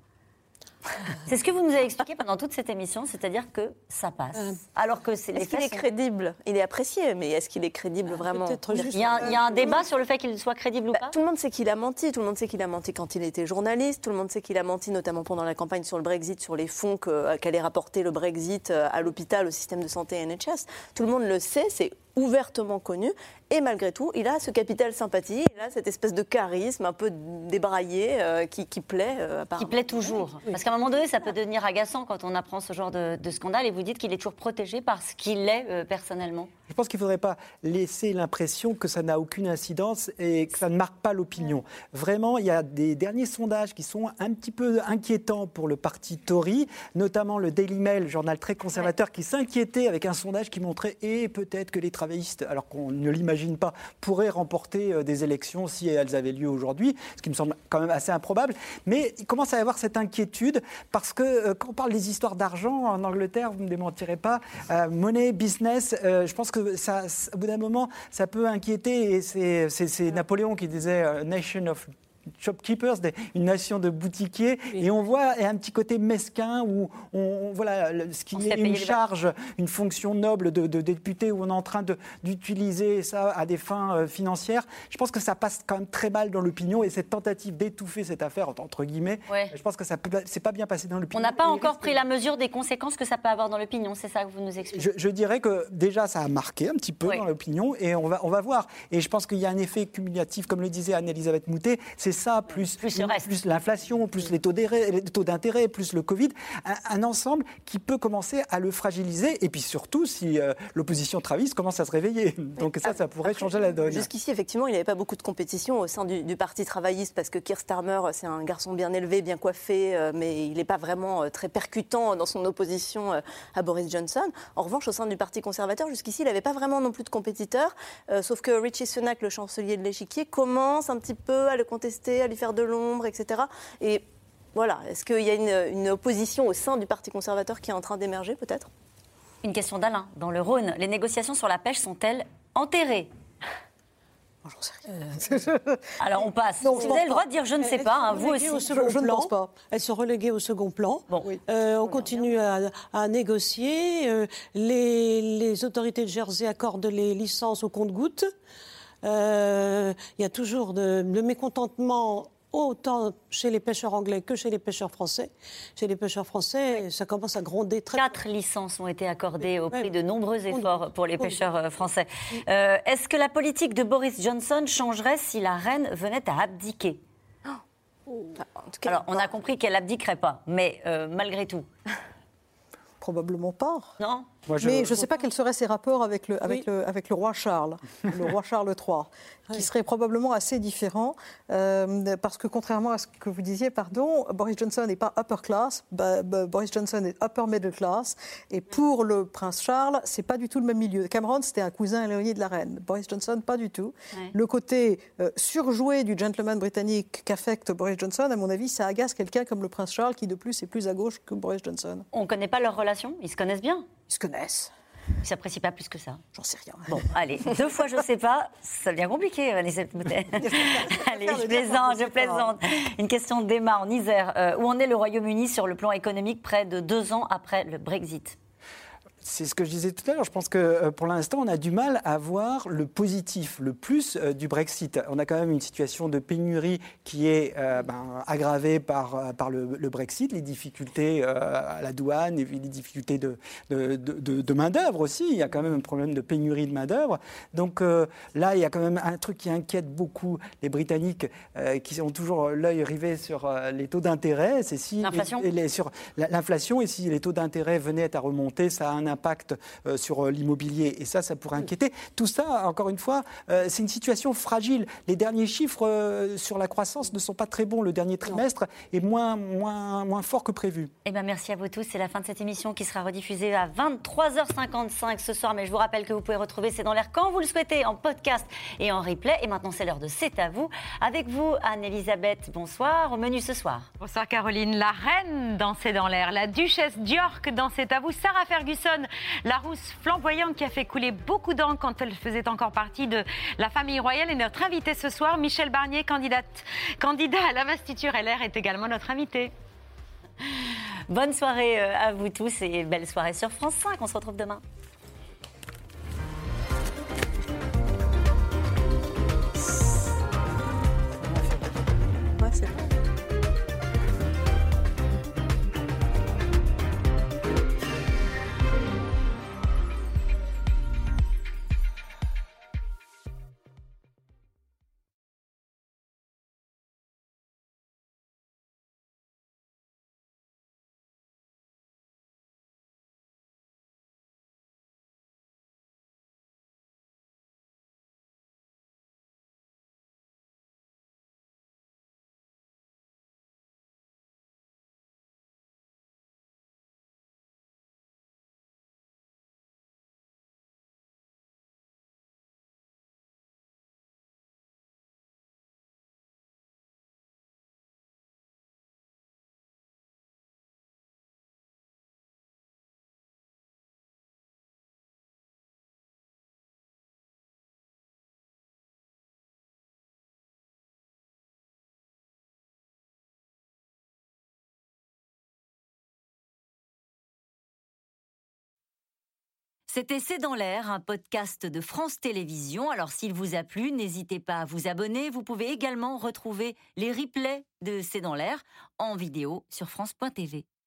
C'est ce que vous nous avez expliqué pendant toute cette émission, c'est-à-dire que ça passe. Alors que c'est les faits. Est-ce qu'il est crédible? Il est apprécié, mais est-ce qu'il est crédible vraiment? Il y a un débat sur le fait qu'il soit crédible ou pas? Tout le monde sait qu'il a menti. Tout le monde sait qu'il a menti quand il était journaliste. Tout le monde sait qu'il a menti, notamment pendant la campagne sur le Brexit, sur les fonds qu'allait rapporter le Brexit à l'hôpital, au système de santé NHS. Tout le monde le sait, c'est ouvertement connu. Et malgré tout, il a ce capital sympathie, il a cette espèce de charisme un peu débraillé qui plaît apparemment. Qui plaît toujours. Parce qu'à un moment donné, ça peut devenir agaçant quand on apprend ce genre de scandale et vous dites qu'il est toujours protégé parce qu'il l'est personnellement. Je pense qu'il ne faudrait pas laisser l'impression que ça n'a aucune incidence et que ça ne marque pas l'opinion. Vraiment, il y a des derniers sondages qui sont un petit peu inquiétants pour le parti Tory, notamment le Daily Mail, journal très conservateur, qui s'inquiétait avec un sondage qui montrait peut-être que les travaillistes, alors qu'on ne l'imagine pas, pourraient remporter des élections si elles avaient lieu aujourd'hui, ce qui me semble quand même assez improbable. Mais il commence à y avoir cette inquiétude parce que quand on parle des histoires d'argent en Angleterre, vous ne me démentirez pas, money, business, je pense que ça, au bout d'un moment, ça peut inquiéter. Et c'est Napoléon qui disait Nation of shopkeepers, une nation de boutiquiers, et on voit un petit côté mesquin où ce qui est une charge, une fonction noble de député, où on est en train d'utiliser ça à des fins financières. Je pense que ça passe quand même très mal dans l'opinion, et cette tentative d'étouffer cette affaire, entre guillemets, je pense que c'est pas bien passé dans l'opinion. On n'a pas encore pris la mesure des conséquences que ça peut avoir dans l'opinion, c'est ça que vous nous expliquez? Je dirais que déjà ça a marqué un petit peu dans l'opinion, et on va voir. Et je pense qu'il y a un effet cumulatif, comme le disait Anne-Elisabeth Moutet, c'est ça, plus l'inflation, plus les taux d'intérêt, plus le Covid, un ensemble qui peut commencer à le fragiliser, et puis surtout si l'opposition travailliste commence à se réveiller. Donc ça pourrait changer la donne. Jusqu'ici, effectivement, il n'y avait pas beaucoup de compétition au sein du parti travailliste, parce que Keir Starmer, c'est un garçon bien élevé, bien coiffé, mais il n'est pas vraiment très percutant dans son opposition à Boris Johnson. En revanche, au sein du parti conservateur, jusqu'ici, il n'avait pas vraiment non plus de compétiteurs, sauf que Richie Sunak, le chancelier de l'échiquier, commence un petit peu à le contester, à lui faire de l'ombre, etc. Et voilà, est-ce qu'il y a une opposition au sein du Parti conservateur qui est en train d'émerger, peut-être? Une question d'Alain. Dans le Rhône, les négociations sur la pêche sont-elles enterrées? J'en sais rien. Alors on passe. Non, vous avez le droit de dire je ne sais pas, vous aussi. Je ne pense pas. Elles sont reléguées au second plan. Bon. On continue à négocier. Les autorités de Jersey accordent les licences au compte-gouttes. Il y a toujours le mécontentement autant chez les pêcheurs anglais que chez les pêcheurs français. Chez les pêcheurs français, ça commence à gronder très... 4 licences ont été accordées au prix de nombreux efforts pour les pêcheurs français. Est-ce que la politique de Boris Johnson changerait si la reine venait à abdiquer? Alors, on a compris qu'elle n'abdiquerait pas, mais malgré tout... Probablement pas. Non. Mais je ne sais pas quels seraient ses rapports avec le roi Charles, le roi Charles III, qui serait probablement assez différent, parce que contrairement à ce que vous disiez, Boris Johnson n'est pas upper class, Boris Johnson est upper middle class, et pour le prince Charles, c'est pas du tout le même milieu. Cameron, c'était un cousin éloigné de la reine. Boris Johnson, pas du tout. Ouais. Le côté surjoué du gentleman britannique qu'affecte Boris Johnson, à mon avis, ça agace quelqu'un comme le prince Charles, qui de plus est plus à gauche que Boris Johnson. On ne connaît pas leur relation? Ils se connaissent bien? Ils se connaissent. Ils ne s'apprécient pas plus que ça? J'en sais rien. Bon, allez, 2 fois je ne sais pas, ça devient compliqué, Anne-Elisabeth Moutet. Allez, je plaisante. Une question d'Emma en Isère. Où en est le Royaume-Uni sur le plan économique près de 2 ans après le Brexit? C'est ce que je disais tout à l'heure. Je pense que pour l'instant, on a du mal à voir le positif, le plus du Brexit. On a quand même une situation de pénurie qui est aggravée par le Brexit, les difficultés à la douane, et les difficultés de main-d'œuvre aussi. Il y a quand même un problème de pénurie de main-d'œuvre. Donc là, il y a quand même un truc qui inquiète beaucoup les Britanniques qui ont toujours l'œil rivé sur les taux d'intérêt. C'est si sur l'inflation, et si les taux d'intérêt venaient à remonter, ça a un impact sur l'immobilier. Et ça pourrait inquiéter. Tout ça, encore une fois, c'est une situation fragile. Les derniers chiffres sur la croissance ne sont pas très bons. Le dernier trimestre est moins fort que prévu. Eh bien, merci à vous tous. C'est la fin de cette émission qui sera rediffusée à 23h55 ce soir. Mais je vous rappelle que vous pouvez retrouver C'est dans l'air quand vous le souhaitez, en podcast et en replay. Et maintenant, c'est l'heure de C'est à vous. Avec vous, Anne-Elisabeth, bonsoir. Au menu ce soir. Bonsoir Caroline. La reine dans C'est dans l'air. La duchesse d'York dans C'est à vous. Sarah Ferguson, la rousse flamboyante qui a fait couler beaucoup d'encre quand elle faisait encore partie de la famille royale. Et notre invité ce soir, Michel Barnier, candidat à l'investiture LR, est également notre invité. Bonne soirée à vous tous et belle soirée sur France 5. On se retrouve demain. C'était C'est dans l'air, un podcast de France Télévisions. Alors s'il vous a plu, n'hésitez pas à vous abonner. Vous pouvez également retrouver les replays de C'est dans l'air en vidéo sur France.tv.